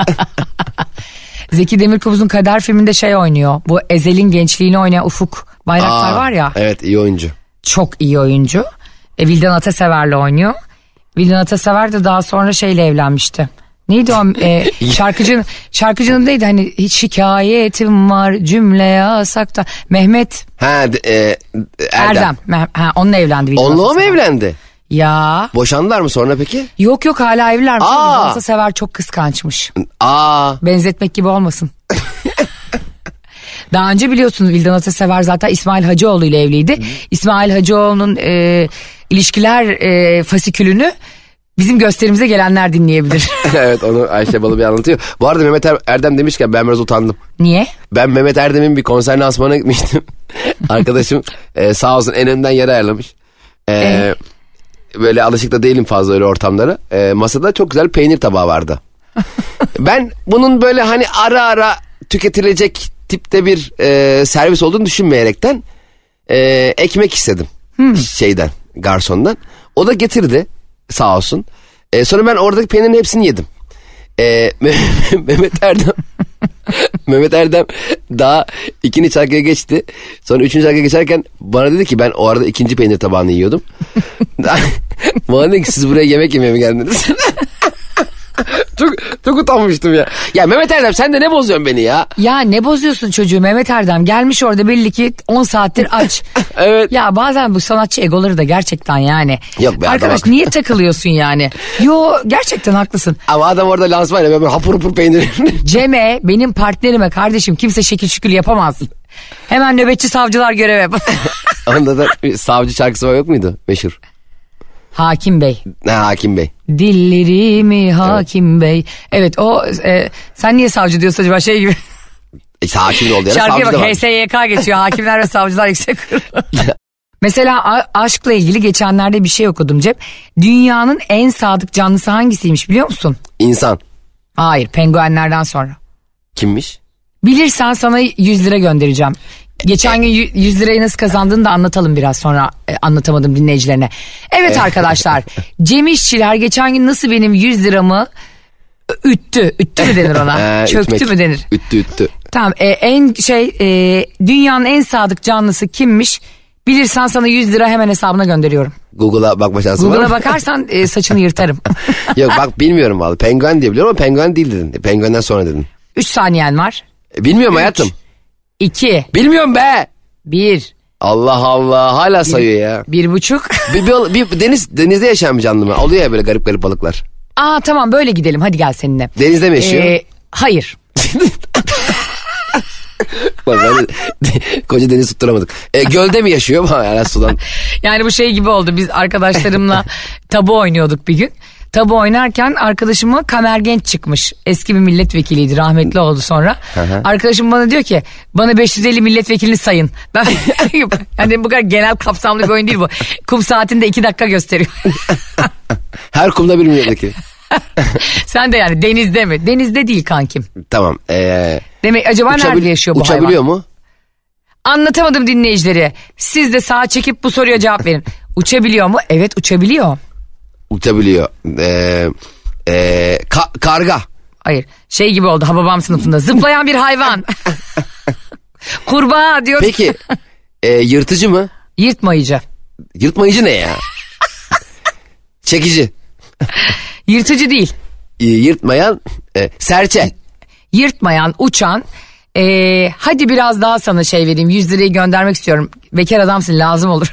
Zeki Demirkubuz'un Kader filminde şey oynuyor. Bu Ezel'in gençliğini oynayan Ufuk Bayraktar Aa, var ya. Evet iyi oyuncu. Çok iyi oyuncu. E, Vildan Atasever'le oynuyor. Vildan Atasever de daha sonra şeyle evlenmişti. Neydi o e, şarkıcının şarkıcının neydi hani hiç şikayetim var cümle yasakta. Mehmet. Ha e, Erdem. Erdem. Meh, ha, onunla evlendi Vildan Onunla mı evlendi? Ya. Boşandılar mı sonra peki? Yok yok hala evlilermiş. Vildan Atasever çok kıskançmış. Aa. Benzetmek gibi olmasın. Daha önce biliyorsunuz Vildan Atasever zaten İsmail Hacıoğlu ile evliydi. Hmm. İsmail Hacıoğlu'nun e, ilişkiler e, fasikülünü bizim gösterimize gelenler dinleyebilir. Evet onu Ayşe Balıbey anlatıyor. Bu arada Mehmet er- Erdem demişken ben biraz utandım. Niye? Ben Mehmet Erdem'in bir konser lansmanına gitmiştim. Arkadaşım e, sağ olsun en önden yer ayarlamış. E, ee? Böyle alışık da değilim fazla öyle ortamlara. E, masada çok güzel peynir tabağı vardı. Ben bunun böyle hani ara ara tüketilecek tipte bir e, servis olduğunu düşünmeyerekten e, ekmek istedim. Hmm. Şeyden, garsondan. O da getirdi sağ olsun. E, sonra ben oradaki peynirin hepsini yedim. E, Mehmet Erdem Mehmet Erdem daha ikinci şarkıya geçti. Sonra üçüncü şarkıya geçerken bana dedi ki ben o arada ikinci peynir tabağını yiyordum. Bana dedi ki siz buraya yemek yemeye mi geldiniz? çok çok utanmıştım ya. Ya Mehmet Erdem sen de ne bozuyorsun beni ya? Ya ne bozuyorsun çocuğu Mehmet Erdem? Gelmiş orada belli ki on saattir aç. Evet. Ya bazen bu sanatçı egoları da gerçekten yani. Yok be, arkadaş adam- niye takılıyorsun yani? Yo gerçekten haklısın. Ama adam orada lansman yapıyor. Hapur hapur peynir. Cem'e benim partnerime kardeşim kimse şekil şükür yapamaz. Hemen nöbetçi savcılar görev yap. Onda da bir savcı şarkısı var yok muydu? Meşhur. Hakim Bey. Ne Hakim Bey? Dillerimi Hakim evet. Bey. Evet o e, sen niye savcı diyorsun acaba şey gibi. İşte hakim de oldu ya. Şarkıya Savcı bak da var. H S Y K geçiyor. Hakimler ve Savcılar Yüksek Kurulu. Mesela a- aşkla ilgili geçenlerde bir şey okudum Cem. Dünyanın en sadık canlısı hangisiymiş biliyor musun? İnsan. Hayır, penguenlerden sonra. Kimmiş? Bilirsen sana yüz lira göndereceğim. Geçen gün yü- yüz lirayı nasıl kazandığını da anlatalım biraz sonra e, anlatamadım dinleyicilerine. Evet arkadaşlar Cem İşçiler geçen gün nasıl benim yüz liramı üttü. Üttü mü denir ona? Ee, Çöktü ütmek. mü denir? Üttü üttü. Tamam e, en şey e, dünyanın en sadık canlısı kimmiş? Bilirsen sana yüz lira hemen hesabına gönderiyorum. Google'a bakma şansın var Google'a mı? bakarsan e, saçını yırtarım. Yok bak bilmiyorum vallahi. Penguen diye biliyorum ama penguen değil dedin. Penguenden sonra dedin. Üç saniyen var. E, bilmiyorum hayatım. İki. Bilmiyorum be. Bir. Allah Allah hala sayıyor ya. Bir buçuk. bir, bir, bir deniz denizde yaşayan bir canlı mı? Oluyor ya böyle garip garip balıklar. Aa tamam böyle gidelim hadi gel seninle. Denizde mi yaşıyor? Ee, hayır. Bak ben de, koca deniz tutturamadık. E, gölde mi yaşıyor? Yani sudan. Yani bu şey gibi oldu. Biz arkadaşlarımla tabu oynuyorduk bir gün. Tabu oynarken arkadaşıma Kamer Genç çıkmış. Eski bir milletvekiliydi. Rahmetli oldu sonra. Arkadaşım bana diyor ki bana beş yüz elli milletvekilini sayın. Ben yani bu kadar genel kapsamlı bir oyun değil bu. Kum saatinde iki dakika gösteriyor. Her kumda bir milletvekili. Sen de yani denizde mi? Denizde değil kankim. Tamam. Ee, Demek acaba uçabil- nerede yaşıyor bu uçabiliyor hayvan? mu? Anlatamadım dinleyicileri. Siz de sağa çekip bu soruya cevap verin. Uçabiliyor mu? Evet uçabiliyor. Uçabiliyor. Ee, ee, ka- karga. Hayır şey gibi oldu Hababam sınıfında. Zıplayan bir hayvan. Kurbağa diyor. Peki ee, yırtıcı mı? Yırtmayıcı. Yırtmayıcı ne ya? Çekici. Yırtıcı değil. Ee, yırtmayan ee, serçe. Yırtmayan, uçan. Ee, hadi biraz daha sana şey vereyim. yüz lirayı göndermek istiyorum. Bekar adamsın lazım olur.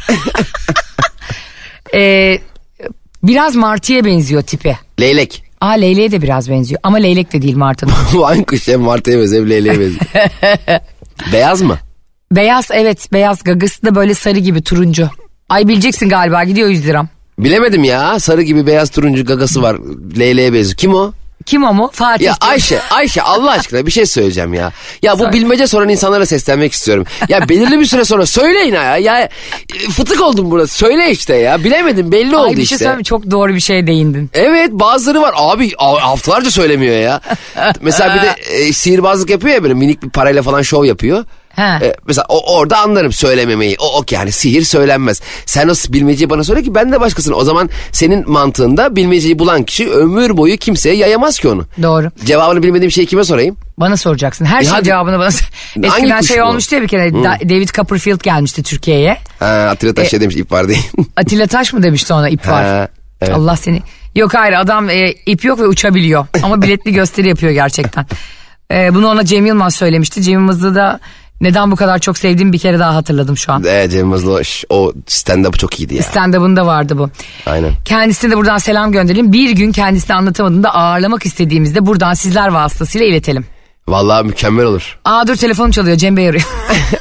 ee, biraz martıya benziyor tipi. Leylek. Aa leyleğe de biraz benziyor. Ama leylek de değil martının. Bu aynı kuş hem martıya benziyor hem leyleğe benziyor. Beyaz mı? Beyaz evet beyaz gagası da böyle sarı gibi turuncu. Ay bileceksin galiba gidiyor yüz liram. Bilemedim ya. Sarı gibi beyaz turuncu gagası var. Leyleğe benziyor. Kim o? Kim o mu? Fatih. Ya Ayşe, Ayşe Allah aşkına bir şey söyleyeceğim ya. Ya bu Söyle. bilmece soran insanlara seslenmek istiyorum. Ya belirli bir süre sonra söyleyin ya. Ya fıtık oldum burada. Söyle işte ya. Bilemedim belli oldu Ay bir şey işte. söyleyeyim çok doğru bir şeye değindin. Evet bazıları var. Abi haftalarca söylemiyor ya. Mesela bir de e, sihirbazlık yapıyor ya böyle minik bir parayla falan şov yapıyor. He. E, mesela o, orada anlarım söylememeyi. O ok yani sihir söylenmez. Sen o bilmeceyi bana söyle ki ben de başkasına. O zaman senin mantığında bilmeceyi bulan kişi ömür boyu kimseye yayamaz ki onu. Doğru. Cevabını bilmediğim şeyi kime sorayım? Bana soracaksın. Her E şeyin hadi. cevabını bana sor. Hangi Eskiden kuş şey bu? olmuştu ya bir kere. Da- David Copperfield gelmişti Türkiye'ye. Ha, Atilla Taş E, şey demiş ip var değil. Atilla Taş mı demişti ona ip var. Ha, evet. Allah seni. Yok hayır adam e, ip yok ve uçabiliyor. Ama biletli gösteri yapıyor gerçekten. E, bunu ona Cem Yılmaz söylemişti. Cem Yılmaz'ı da neden bu kadar çok sevdiğimi bir kere daha hatırladım şu an. Evet Cem Yılmaz'la o, o stand-up çok iyiydi ya. Stand-up'ında vardı bu. Aynen. Kendisine de buradan selam gönderelim. Bir gün kendisine anlatamadığında ağırlamak istediğimizde buradan sizler vasıtasıyla iletelim. Vallahi mükemmel olur. Aa dur telefonum çalıyor Cem Bey arıyor.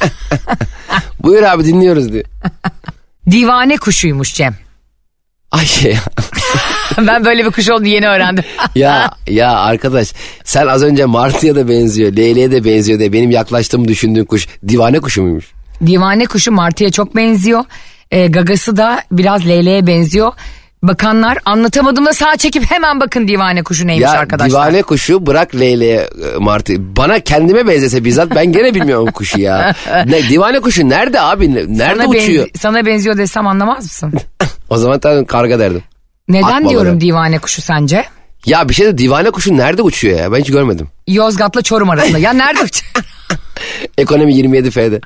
Buyur abi dinliyoruz diye. Divane kuşuymuş Cem. Ayşe ya. Ben böyle bir kuş olduğunu yeni öğrendim. ya ya arkadaş sen az önce martıya da benziyor, leyleğe de benziyor diye benim yaklaştığımı düşündüğün kuş divane kuşu muymuş? Divane kuşu martıya çok benziyor. E, gagası da biraz leyleğe benziyor. Bakanlar anlatamadığımda sağa çekip hemen bakın divane kuşu neymiş Ya arkadaşlar. divane kuşu bırak leyleğe e, martı. Bana kendime benzese bizzat ben gene bilmiyorum o kuşu ya. Ne, divane kuşu nerede abi? Nerede sana uçuyor? benzi- sana benziyor desem anlamaz mısın? O zaman tabii karga derdim. Neden Akbabalar. diyorum divane kuşu sence? Ya bir şey de divane kuşu nerede uçuyor ya? Ben hiç görmedim. Yozgat'la Çorum arasında. Ya nerede uçuyor? Ekonomi yirmi yedi F'de.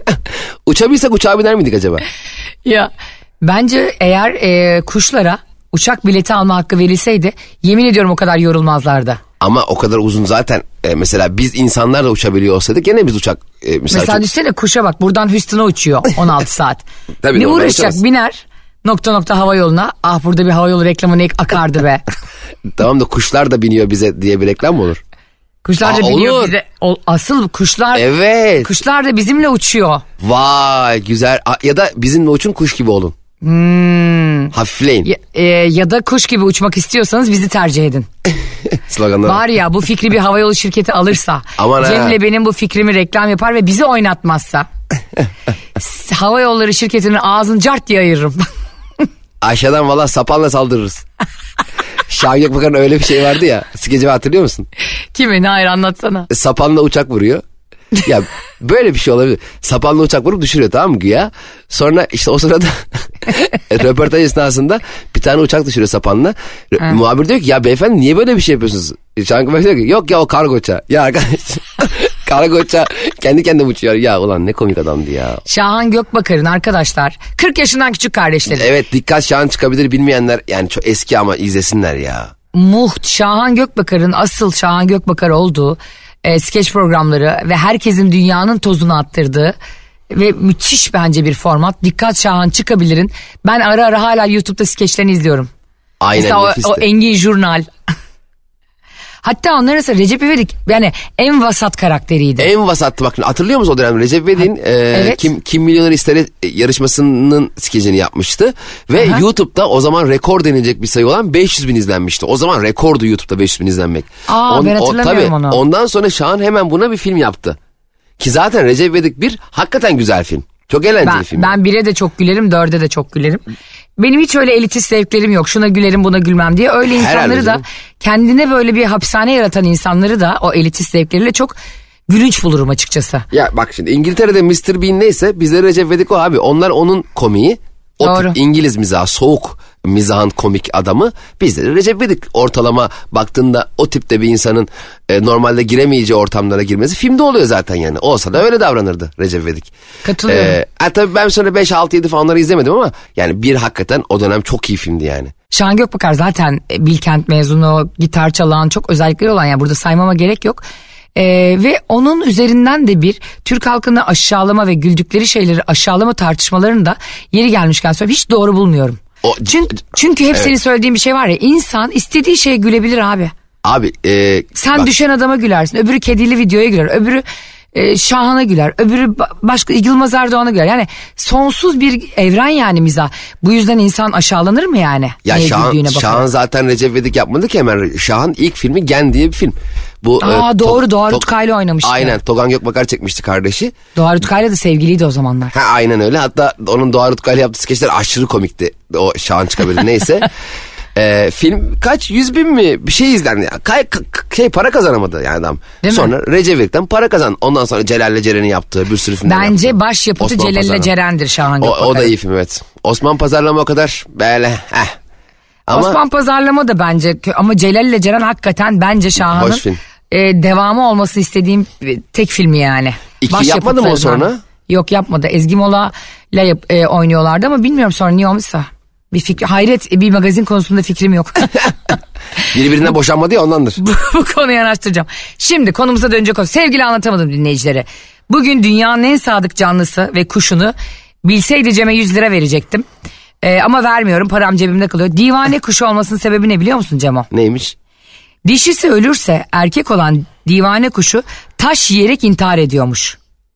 Uçabilsek uçağa biner miydik acaba? Ya bence eğer e, kuşlara uçak bileti alma hakkı verilseydi yemin ediyorum o kadar yorulmazlardı. Ama o kadar uzun zaten e, mesela biz insanlar da uçabiliyor olsaydık gene biz uçak. E, mesela mesela çok... düşsene kuşa bak buradan Houston'a uçuyor on altı saat. Tabii ne uğraşacak uçamaz. biner nokta nokta hava yoluna. Ah burada bir hava yolu reklamı ne akardı be. Tamam da kuşlar da biniyor bize diye bir reklam mı olur? Kuşlar da Aa, biniyor olur. bize. O, asıl kuşlar. Evet. Kuşlar da bizimle uçuyor. Vay güzel. A, ya da bizimle uçun kuş gibi olun. Hmm. Hafifleyin. Ya, e, ya da kuş gibi uçmak istiyorsanız bizi tercih edin. Sloganlar. Var ya bu fikri bir havayolu şirketi alırsa. Aman Cem'le ha. benim bu fikrimi reklam yapar ve bizi oynatmazsa. Hava yolları şirketinin ağzını cart diye ayırırım. Aşağıdan valla sapanla saldırırız. Şahan Gökbakar'ın öyle bir şey vardı ya. Skeci hatırlıyor musun? Kimi? Hayır anlatsana. Sapanla uçak vuruyor. Ya böyle bir şey olabilir. Sapanla uçak vurup düşürüyor tamam mı güya? Sonra işte o sırada röportaj esnasında bir tane uçak düşürüyor sapanla. Ha. Muhabir diyor ki ya beyefendi niye böyle bir şey yapıyorsunuz? Şahan Gökbakar diyor ki yok ya o kargo uçağı. Ya arkadaş kargo uçağı kendi kendine uçuyor. Ya ulan ne komik adamdı ya. Şahan Gökbakar'ın arkadaşlar kırk yaşından küçük kardeşleri. Evet dikkat Şahan çıkabilir bilmeyenler yani çok eski ama izlesinler ya. Muht Şahan Gökbakar'ın asıl Şahan Gökbakar olduğu e, skeç programları ve herkesin dünyanın tozunu attırdığı ve müthiş bence bir format. Dikkat Şahan çıkabilirin. Ben ara ara hala YouTube'da skeçlerini izliyorum. Aynen mesela o, nefisti. o Engin Jurnal. Hatta onlar arasında Recep İvedik yani en vasat karakteriydi. En vasattı bak hatırlıyor musun o dönem Recep İvedik'in e, evet. kim, kim Milyoner İster yarışmasının skecini yapmıştı. Ve aha. YouTube'da o zaman rekor denilecek bir sayı olan beş yüz bin izlenmişti. O zaman rekordu YouTube'da beş yüz bin izlenmek. Aa On, ben hatırlamıyorum o, onu. Ondan sonra Şahan hemen buna bir film yaptı. Ki zaten Recep İvedik bir hakikaten güzel film. Çok eğlenceli ben, film. Ben bire de çok gülerim, dörde de çok gülerim. Benim hiç öyle elitist zevklerim yok. Şuna gülerim, buna gülmem diye. Öyle insanları da kendine böyle bir hapishane yaratan insanları da o elitist zevkleriyle çok gülünç bulurum açıkçası. Ya bak şimdi İngiltere'de mister Bean neyse bizde Recep İvedik o abi. Onlar onun komiği. O Doğru. tip İngiliz mizahı, soğuk mizahın komik adamı. Bizde de Recep İvedik ortalama baktığında o tipte bir insanın e, normalde giremeyeceği ortamlara girmesi filmde oluyor zaten yani. Olsa da öyle davranırdı Recep İvedik. Katılıyorum. Ee, ha, tabii ben sonra beş altı yedi falanları izlemedim ama yani bir hakikaten o dönem çok iyi filmdi yani. Şahan Gökbakar zaten Bilkent mezunu, gitar çalan çok özellikleri olan yani burada saymama gerek yok. Ee, ve onun üzerinden de bir Türk halkını aşağılama ve güldükleri şeyleri aşağılama tartışmalarını da yeri gelmişken söyleyeyim hiç doğru bulmuyorum. O, çünkü, çünkü hep evet. senin söylediğin bir şey var ya insan istediği şeye gülebilir abi. Abi e, sen bak. düşen adama gülersin, öbürü kedili videoya güler, öbürü e, Şahan'a güler, öbürü başka Yılmaz Erdoğan'a güler. Yani sonsuz bir evren yani mizah. Bu yüzden insan aşağılanır mı yani? Ya Şahan, Şahan zaten Recep İvedik yapmadı ki hemen. Şahan ilk filmi Gen diye bir film. Bu, Aa e, doğru to, Doğa to, Rutkay'la oynamıştı. Aynen Togan Gökbakar çekmişti kardeşi. Doğa Rutkay'la da sevgiliydi o zamanlar. Ha, aynen öyle hatta onun Doğa Rutkay'la yaptığı skeçler aşırı komikti. O Şahan çıkabilir neyse. Ee, film kaç yüz bin mi bir şey izlendi ya. Kay, k- şey para kazanamadı yani adam. Değil sonra mi? Recep İvedik'ten para kazan. Ondan sonra Celal'le Ceren'i yaptığı bir sürü filmler Bence yaptı. başyapıtı Celal'le Ceren'dir Şahan Gökbakar'ın. O, o da iyi film evet. Osman Pazarlama o kadar böyle heh. Ama, Osman Pazarlama da bence ama Celal'le Ceren hakikaten bence Şahan'ın e, devamı olması istediğim tek filmi yani. İki yapmadı mı o sonra? Yok yapmadı. Ezgi Mola'yla yap, e, oynuyorlardı ama bilmiyorum sonra niye olmuşsa. Bir fikri, hayret bir magazin konusunda fikrim yok. Birbirinden boşanmadı ya ondandır. bu, bu konuyu araştıracağım. Şimdi konumuza dönecek olsun. Sevgili anlatamadım dinleyicilere. Bugün dünyanın en sadık canlısı ve kuşunu bilseydi Cem'e yüz lira verecektim. Ee, ama vermiyorum, param cebimde kalıyor. Divane kuşu olmasının sebebi ne biliyor musun Cemo? Neymiş? Dişisi ölürse erkek olan divane kuşu taş yiyerek intihar ediyormuş.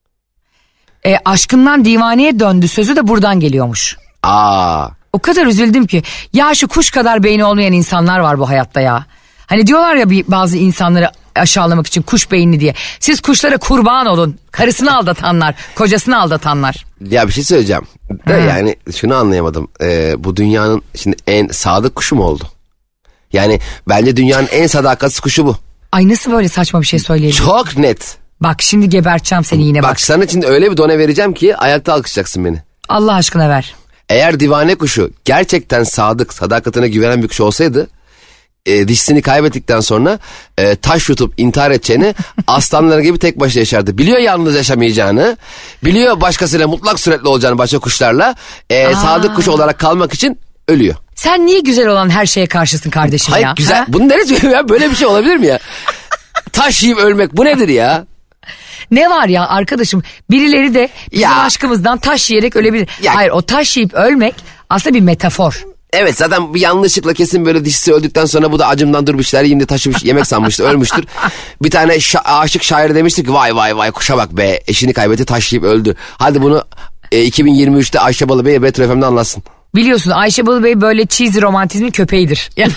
Ee, aşkından divaneye döndü sözü de buradan geliyormuş. Aa. O kadar üzüldüm ki ya şu kuş kadar beyni olmayan insanlar var bu hayatta ya. Hani diyorlar ya bazı insanları aşağılamak için kuş beyinli diye. Siz kuşlara kurban olun. Karısını aldatanlar, kocasını aldatanlar. Ya bir şey söyleyeceğim. De yani şunu anlayamadım. Ee, bu dünyanın şimdi en sadık kuşu mu oldu? Yani bence dünyanın en sadakatsiz kuşu bu. Ay nasıl böyle saçma bir şey söyleyebilirim? Çok net. Bak şimdi geberteceğim seni yine bak. Bak sana şimdi öyle bir done vereceğim ki ayakta alkışlayacaksın beni. Allah aşkına ver. Eğer divane kuşu gerçekten sadık, sadakatine güvenen bir kuş olsaydı e, dişisini kaybettikten sonra e, taş yutup intihar edeceğini aslanlar gibi tek başına yaşardı. Biliyor yalnız yaşamayacağını, biliyor başkasıyla mutlak suretle olacağını başka kuşlarla e, sadık kuş olarak kalmak için ölüyor. Sen niye güzel olan her şeye karşısın kardeşim Hayır ya? güzel. Ha? Bunu neresi ya? Böyle bir şey olabilir mi ya? Taş yiyip ölmek bu nedir ya? Ne var ya arkadaşım, birileri de bizim Ya. aşkımızdan taş yiyerek ölebilir. Ya. Hayır, o taş yiyip ölmek aslında bir metafor. Evet, zaten bir yanlışlıkla kesin böyle dişisi öldükten sonra bu da acımdan dur bir şeyler yiyeyim diye taşımış yemek sanmıştır, ölmüştür. Bir tane şa- aşık şair demişti ki vay vay vay kuşa bak be, eşini kaybetti, taş yiyip öldü. Hadi bunu e, iki bin yirmi üçte Ayşe Balıbey Retro F M'de anlatsın. Biliyorsun Ayşe Balıbey böyle cheesy romantizmin köpeğidir. Yani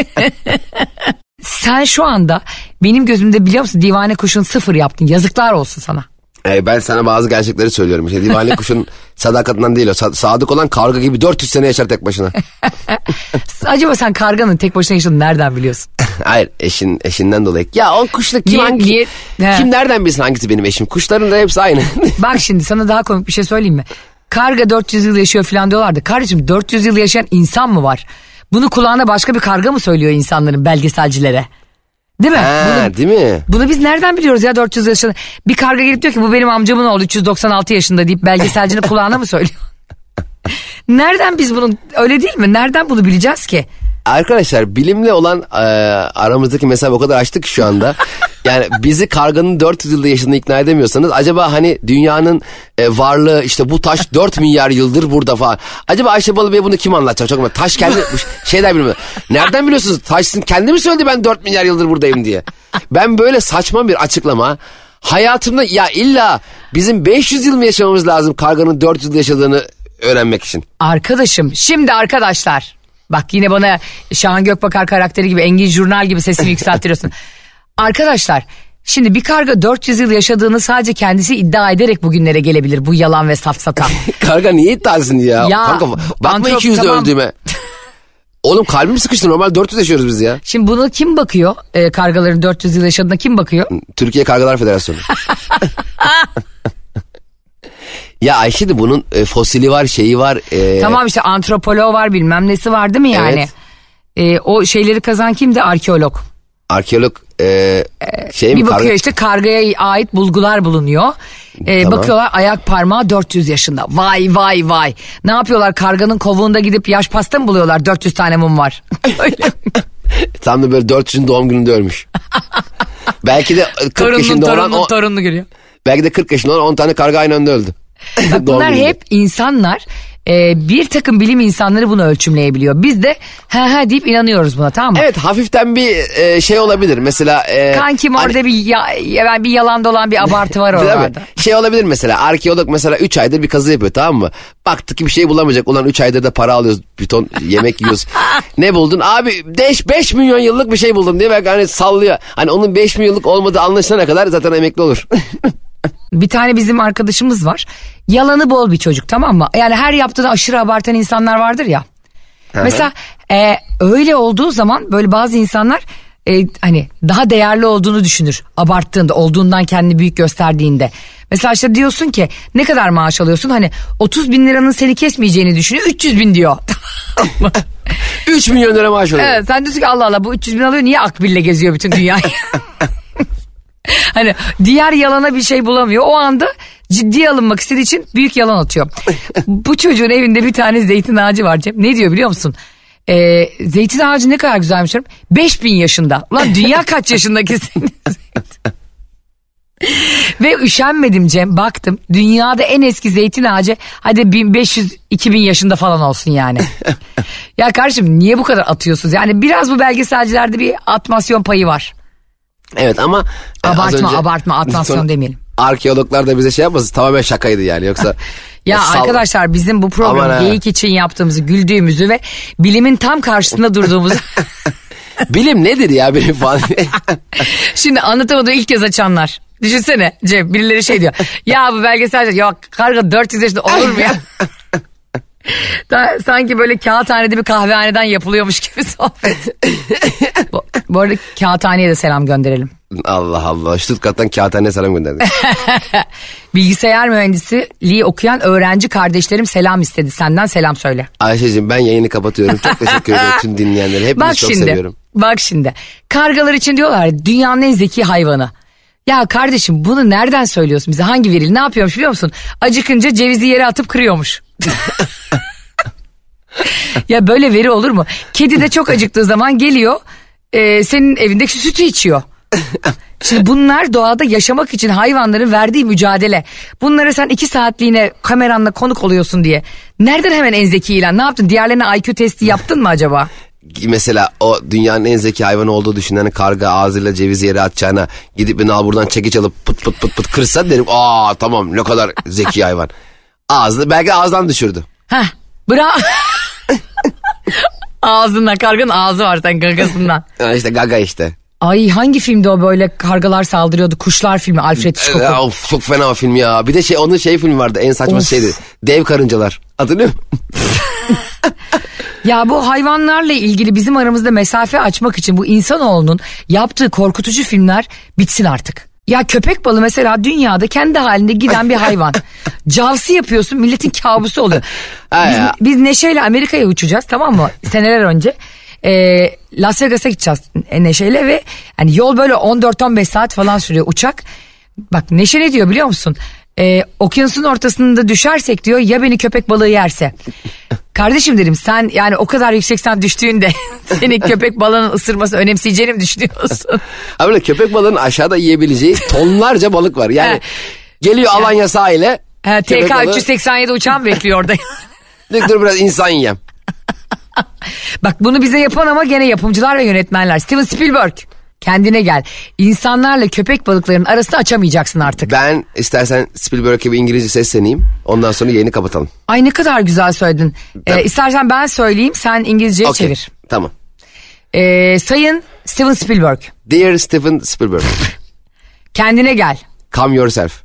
sen şu anda benim gözümde biliyor musun divane kuşun sıfır yaptın, yazıklar olsun sana. E, ben sana bazı gerçekleri söylüyorum. İşte divane kuşun sadakatinden değil o. Sa- sadık olan karga gibi dört yüz sene yaşar tek başına. Acaba sen karganın tek başına yaşadığını nereden biliyorsun? Hayır, eşin eşinden dolayı. Ya on kuşla kim Niye- hangi niye- He. kim nereden bilsin hangisi benim eşim? Kuşların da hepsi aynı. Bak şimdi sana daha komik bir şey söyleyeyim mi? Karga dört yüz yıl yaşıyor falan diyorlardı. Kardeşim dört yüz yıl yaşayan insan mı var? Bunu kulağına başka bir karga mı söylüyor insanların, belgeselcilere? Değil mi? Ha, Bunu, değil mi? bunu biz nereden biliyoruz ya dört yüz yaşında? Bir karga gelip diyor ki bu benim amcamın oğlu üç yüz doksan altı yaşında deyip belgeselcinin kulağına mı söylüyor? Nereden biz bunun, öyle değil mi? Nereden bunu bileceğiz ki? Arkadaşlar bilimle olan e, aramızdaki mesafe o kadar açtık ki şu anda. Yani bizi karganın dört yüz yılda yaşadığını ikna edemiyorsanız acaba hani dünyanın e, varlığı işte bu taş dört milyar yıldır burada falan. Acaba Ayşe Balıbey bunu kim anlatacak? Çok merak. Taş kendi şeyler bilmiyor. Nereden biliyorsunuz? Taş'ın kendi mi söyledi ben dört milyar yıldır buradayım diye. Ben böyle saçma bir açıklama hayatımda ya illa bizim beş yüz yıl mı yaşamamız lazım karganın dört yüz yıl yaşadığını öğrenmek için. Arkadaşım şimdi arkadaşlar bak yine bana Şahan Gökbakar karakteri gibi Engin Jurnal gibi sesini yükseltiyorsun. Arkadaşlar şimdi bir karga dört yüz yıl yaşadığını sadece kendisi iddia ederek bugünlere gelebilir, bu yalan ve safsata. Karga niye iddiasın ya? Ya, Kanka bakma antrop- iki yüzde tamam. öldüğüme. Oğlum kalbim sıkıştı, normal dört yüz yaşıyoruz biz ya. Şimdi bunu kim bakıyor? Ee, kargaların dört yüz yıl yaşadığına kim bakıyor? Türkiye Kargalar Federasyonu. Ya Ayşe de bunun e, fosili var, şeyi var. E, Tamam işte antropoloğu var, bilmem nesi var değil mi yani? Evet. Ee, o şeyleri kazan kimdi? Arkeolog. Arkeolog e, şey mi? Bir bakıyor Karga- işte kargaya ait bulgular bulunuyor. Ee, Tamam. Bakıyorlar ayak parmağı dört yüz yaşında. Vay vay vay. Ne yapıyorlar? Karganın kovuğunda gidip yaş pasta mı buluyorlar? dört yüz tane mum var. Öyle. Tam da böyle dört yüzün doğum gününde ölmüş. Belki de kırk Torunun yaşında olan torunun o, torununu görüyor. belki de kırk yaşında olan on tane karga aynı anda öldü. Bak Doğum bunlar gününde. hep insanlar. E, bir takım bilim insanları bunu ölçümleyebiliyor. Biz de ha ha deyip inanıyoruz buna, tamam mı? Evet, hafiften bir e, şey olabilir mesela. E, Kankim orada hani- bir ya, ya, bir yalan dolan bir abartı var Değil mi? oralarda. Şey olabilir mesela, arkeolog mesela üç aydır bir kazı yapıyor, tamam mı? Baktık ki bir şey bulamayacak. Ulan üç aydır da para alıyoruz, bir ton yemek yiyoruz. Ne buldun? Abi beş milyon yıllık bir şey buldum diye belki hani sallıyor. Hani onun beş milyon yıllık olmadığı anlaşılana kadar zaten emekli olur. Bir tane bizim arkadaşımız var. Yalanı bol bir çocuk, tamam mı? Yani her yaptığını aşırı abartan insanlar vardır ya. Mesela e, öyle olduğu zaman böyle bazı insanlar e, hani daha değerli olduğunu düşünür. Abarttığında, olduğundan kendini büyük gösterdiğinde. Mesela işte diyorsun ki ne kadar maaş alıyorsun? Hani otuz bin liranın seni kesmeyeceğini düşünüyor. üç yüz bin diyor. üç milyon lira maaş alıyor. Evet, sen diyorsun ki Allah Allah bu üç yüz bin alıyor, niye Akbil'le geziyor bütün dünyayı? Hani diğer yalana bir şey bulamıyor. O anda ciddiye alınmak istediği için büyük yalan atıyor. Bu çocuğun evinde bir tane zeytin ağacı var Cem. Ne diyor biliyor musun? Ee, zeytin ağacı ne kadar güzelmiş diyorum. beş bin yaşında. Ulan dünya kaç yaşındaki senin? Ve üşenmedim Cem, baktım dünyada en eski zeytin ağacı hadi bin beş yüz iki bin yaşında falan olsun yani. Ya kardeşim niye bu kadar atıyorsunuz? Yani biraz bu belgeselcilerde bir atmasyon payı var. Evet ama Abartma, az önce- abartma, atmasyon Sonra demeyelim. Arkeologlar da bize şey yapmasın, tamamen şakaydı yani, yoksa. Ya Sal- arkadaşlar bizim bu Aman programı ha. geyik için yaptığımızı, güldüğümüzü ve bilimin tam karşısında durduğumuzu Bilim nedir ya bilim falan. şimdi anlatamadım ilk kez açanlar. Düşünsene Cem, birileri şey diyor. Ya bu belgesel, ya karga dört yüz yaşında olur mu ya? Da, sanki böyle kağıthanede bir kahvehaneden yapılıyormuş gibi sohbet. bu, bu arada kağıthaneye de selam gönderelim. Allah Allah, Stuttgart'tan kağıthaneye selam gönderdik. Bilgisayar mühendisliği okuyan öğrenci kardeşlerim selam istedi. Senden selam söyle. Ayşe'cim ben yayını kapatıyorum. Çok teşekkür ederim tüm dinleyenlere. Hepinizi Bak çok şimdi, seviyorum. bak şimdi. Kargalar için diyorlar ya, dünyanın en zeki hayvanı. Ya kardeşim bunu nereden söylüyorsun bize? Hangi verili? Ne yapıyormuş biliyor musun? Acıkınca cevizi yere atıp kırıyormuş. Ya böyle veri olur mu? Kedi de çok acıktığı zaman geliyor e, senin evindeki sütü içiyor. Şimdi bunlar doğada yaşamak için hayvanların verdiği mücadele. Bunlara sen iki saatliğine kameranla konuk oluyorsun diye. Nereden hemen en zeki ilan? Ne yaptın? Diğerlerine I Q testi yaptın mı acaba? Mesela o dünyanın en zeki hayvanı olduğu düşünen karga ağzıyla cevizi yere atacağına gidip bir nal buradan çekiç alıp pıt pıt pıt pıt kırsa derim aa tamam ne kadar zeki hayvan. Ağzı belki ağızdan düşürdü. Heh bravo. Ağzından, karganın ağzı var sen gagasından. İşte gaga işte. Ay hangi filmde o böyle kargalar saldırıyordu? Kuşlar filmi, Alfred Hitchcock'un. Ee, of, çok fena o film ya. Bir de şey onun şey filmi vardı en saçma of. şeydi. Dev karıncalar. Hatırlıyor musun? Ya bu hayvanlarla ilgili bizim aramızda mesafe açmak için bu insanoğlunun yaptığı korkutucu filmler bitsin artık. Ya köpek balığı mesela dünyada kendi halinde giden bir hayvan. Cavsı yapıyorsun, milletin kabusu oluyor. Biz, biz Neşe'yle Amerika'ya uçacağız, tamam mı? Seneler önce. Ee, Las Vegas'a gideceğiz Neşe'yle ve yani yol böyle on dört on beş saat falan sürüyor uçak. Bak Neşe ne diyor biliyor musun? Ee, okyanusun ortasında düşersek diyor ya beni köpek balığı yerse. Kardeşim dedim sen yani o kadar yüksekten düştüğünde seni köpek balığının ısırması önemseyeceğini mi düşünüyorsun? Abi köpek balığının aşağıda yiyebileceği tonlarca balık var. Yani geliyor Alanya sahile. He, T K üç yüz seksen yedi uçağım bekliyor orada. Dur biraz insan yiyem. Bak bunu bize yapan ama gene yapımcılar ve yönetmenler. Steven Spielberg kendine gel. İnsanlarla köpek balıklarının arasını açamayacaksın artık. Ben istersen Spielberg'e bir İngilizce sesleneyim. Ondan sonra yayını kapatalım. Ay ne kadar güzel söyledin. Ee, istersen ben söyleyeyim sen İngilizceye okay. çevir. Tamam. Ee, Sayın Steven Spielberg. Dear Steven Spielberg. Kendine gel. Come yourself.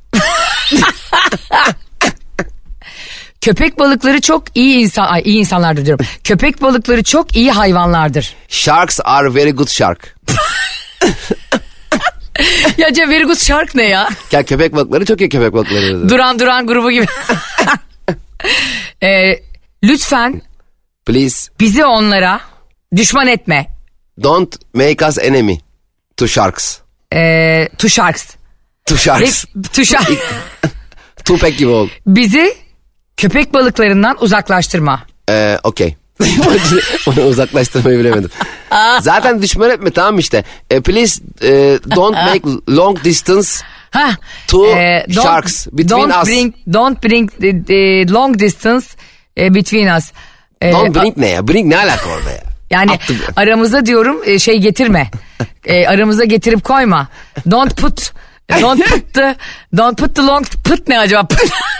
Köpek balıkları çok iyi insan, ay, iyi insanlardır diyorum. Köpek balıkları çok iyi hayvanlardır. Sharks are very good shark. Ya very good shark ne ya? Ya köpek balıkları çok iyi köpek balıkları. Duran Duran grubu gibi. ee, lütfen. Please. Bizi onlara düşman etme. Don't make us enemy to sharks. Ee, to sharks. To sharks. To sharks. Tupac gibi ol. Bizi köpek balıklarından uzaklaştırma. Ee, okey. Onu uzaklaştırmayı bilemedim. Zaten düşman etme tamam işte. E, please uh, don't make long distance ha, to e, sharks between don't us. Bring, don't bring the, the long distance e, between us. E, don't bring ne ya? Bring ne alaka orada ya? Yani Attım. aramıza diyorum şey getirme. e, aramıza getirip koyma. Don't put don't put the don't put the long put ne acaba?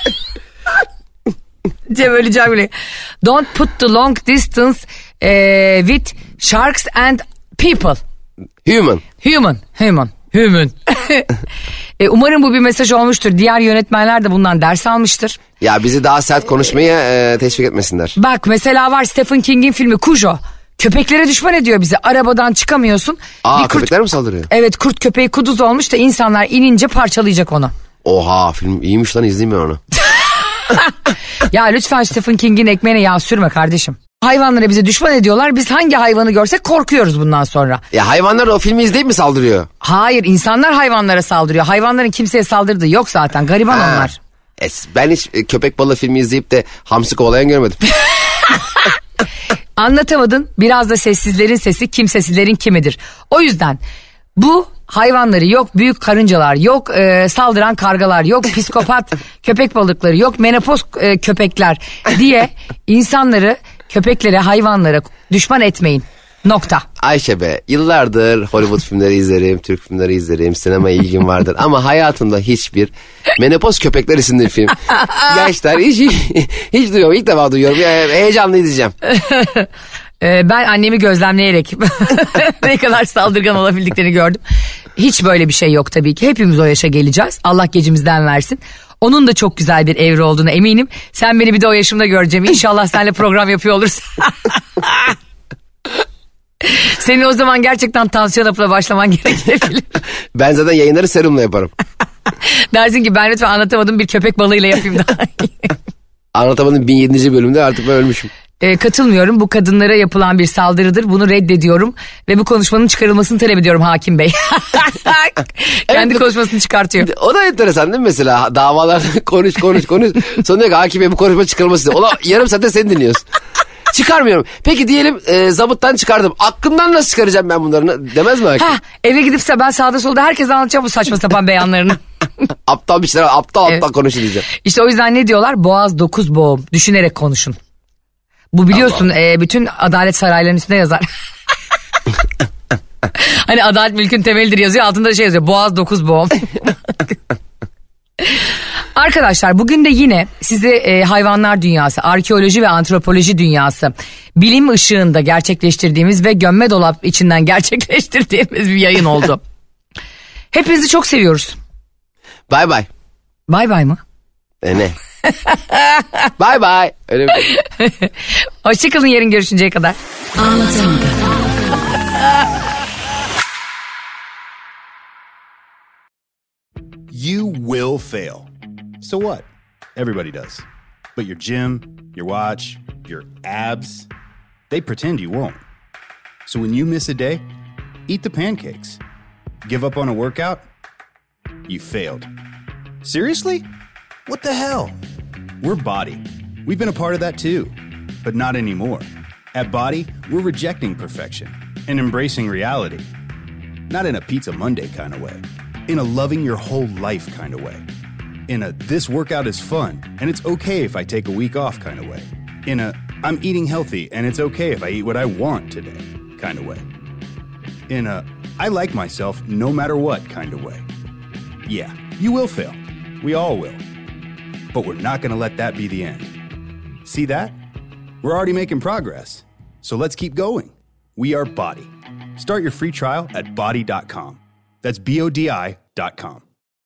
Cem öleceğim bile. Don't put the long distance uh, with sharks and people. Human. Human. Human. Human. e, umarım bu bir mesaj olmuştur. Diğer yönetmenler de bundan ders almıştır. Ya bizi daha sert konuşmaya e, teşvik etmesinler. Bak mesela var Stephen King'in filmi Cujo. Köpeklere düşman ediyor bizi. Arabadan çıkamıyorsun. Aa bir köpekler kurt, mi saldırıyor? Evet kurt köpeği kuduz olmuş da insanlar inince parçalayacak onu. Oha film iyiymiş lan izleyeyim ben onu. Ya lütfen Stephen King'in ekmeğine yağ sürme kardeşim. Hayvanlara bize düşman ediyorlar. Biz hangi hayvanı görsek korkuyoruz bundan sonra. Ya hayvanlar o filmi izleyip mi saldırıyor? Hayır insanlar hayvanlara saldırıyor. Hayvanların kimseye saldırdığı yok zaten. Gariban ha. onlar. E, ben hiç e, köpek balığı filmi izleyip de hamsi kovalayan görmedim. Anlatamadın. Biraz da sessizlerin sesi kimsesizlerin kimidir. O yüzden bu hayvanları yok büyük karıncalar, yok e, saldıran kargalar, yok psikopat köpek balıkları, yok menopoz e, köpekler diye insanları köpeklere, hayvanlara düşman etmeyin. Nokta. Ayşe be yıllardır Hollywood filmleri izlerim, Türk filmleri izlerim, sinemaya ilgim vardır ama hayatımda hiçbir Menopoz Köpekler isimli film. Gençler hiç, hiç, hiç duyuyorum ilk defa duyuyorum yani heyecanlı izleyeceğim. Ben annemi gözlemleyerek ne kadar saldırgan olabildiklerini gördüm. Hiç böyle bir şey yok tabii ki. Hepimiz o yaşa geleceğiz. Allah gecimizden versin. Onun da çok güzel bir evre olduğuna eminim. Sen beni bir de o yaşımda göreceğim. İnşallah seninle program yapıyor olursa. Senin o zaman gerçekten tansiyon hapına başlaman gerekebilir. Ben zaten yayınları serumla yaparım. Dersin ki ben lütfen anlatamadım bir köpek balığıyla yapayım daha iyi. Anlatamadığım bin yedinci bölümde artık ben ölmüşüm. E, katılmıyorum. Bu kadınlara yapılan bir saldırıdır. Bunu reddediyorum. Ve bu konuşmanın çıkarılmasını talep ediyorum hakim bey. Kendi evet, konuşmasını çıkartıyor. O da enteresan değil mi mesela? Davalarda konuş konuş konuş. Sonra diyor ki hakim bey bu konuşma çıkarılması. Ola yarım saatte seni dinliyoruz. Çıkarmıyorum. Peki diyelim e, zabıttan çıkardım. Aklımdan nasıl çıkaracağım ben bunları demez mi hakim? Ha, eve gidipse ben sağda solda herkese anlatacağım bu saçma sapan beyanlarını. Aptal bir şeyler aptal aptal Evet. konuşun diyeceğim. İşte o yüzden ne diyorlar? Boğaz dokuz boğum. Düşünerek konuşun. Bu biliyorsun e, bütün adalet saraylarının üstünde yazar. Hani adalet mülkün temelidir yazıyor. Altında da şey yazıyor. Boğaz dokuz boğum. Arkadaşlar bugün de yine sizi e, hayvanlar dünyası, arkeoloji ve antropoloji dünyası, bilim ışığında gerçekleştirdiğimiz ve gömme dolap içinden gerçekleştirdiğimiz bir yayın oldu. Hepinizi çok seviyoruz. Bay bay. Bay bay mı? E ne? Bay bay. Öyle mi? Hoşçakalın, yarın görüşünceye kadar. Anlatamadım. You will fail. So what? Everybody does. But your gym, your watch, your abs, they pretend you won't. So when you miss a day, eat the pancakes. Give up on a workout? You failed. Seriously? What the hell? We're Body. We've been a part of that too, but not anymore. At Body, we're rejecting perfection and embracing reality. Not in a Pizza Monday kind of way. In a loving your whole life kind of way. In a this workout is fun and it's okay if I take a week off kind of way. In a I'm eating healthy and it's okay if I eat what I want today kind of way. In a I like myself no matter what kind of way. Yeah, you will fail. We all will. But we're not going to let that be the end. See that? We're already making progress. So let's keep going. We are Body. Start your free trial at body dot com. That's B O D I dot com.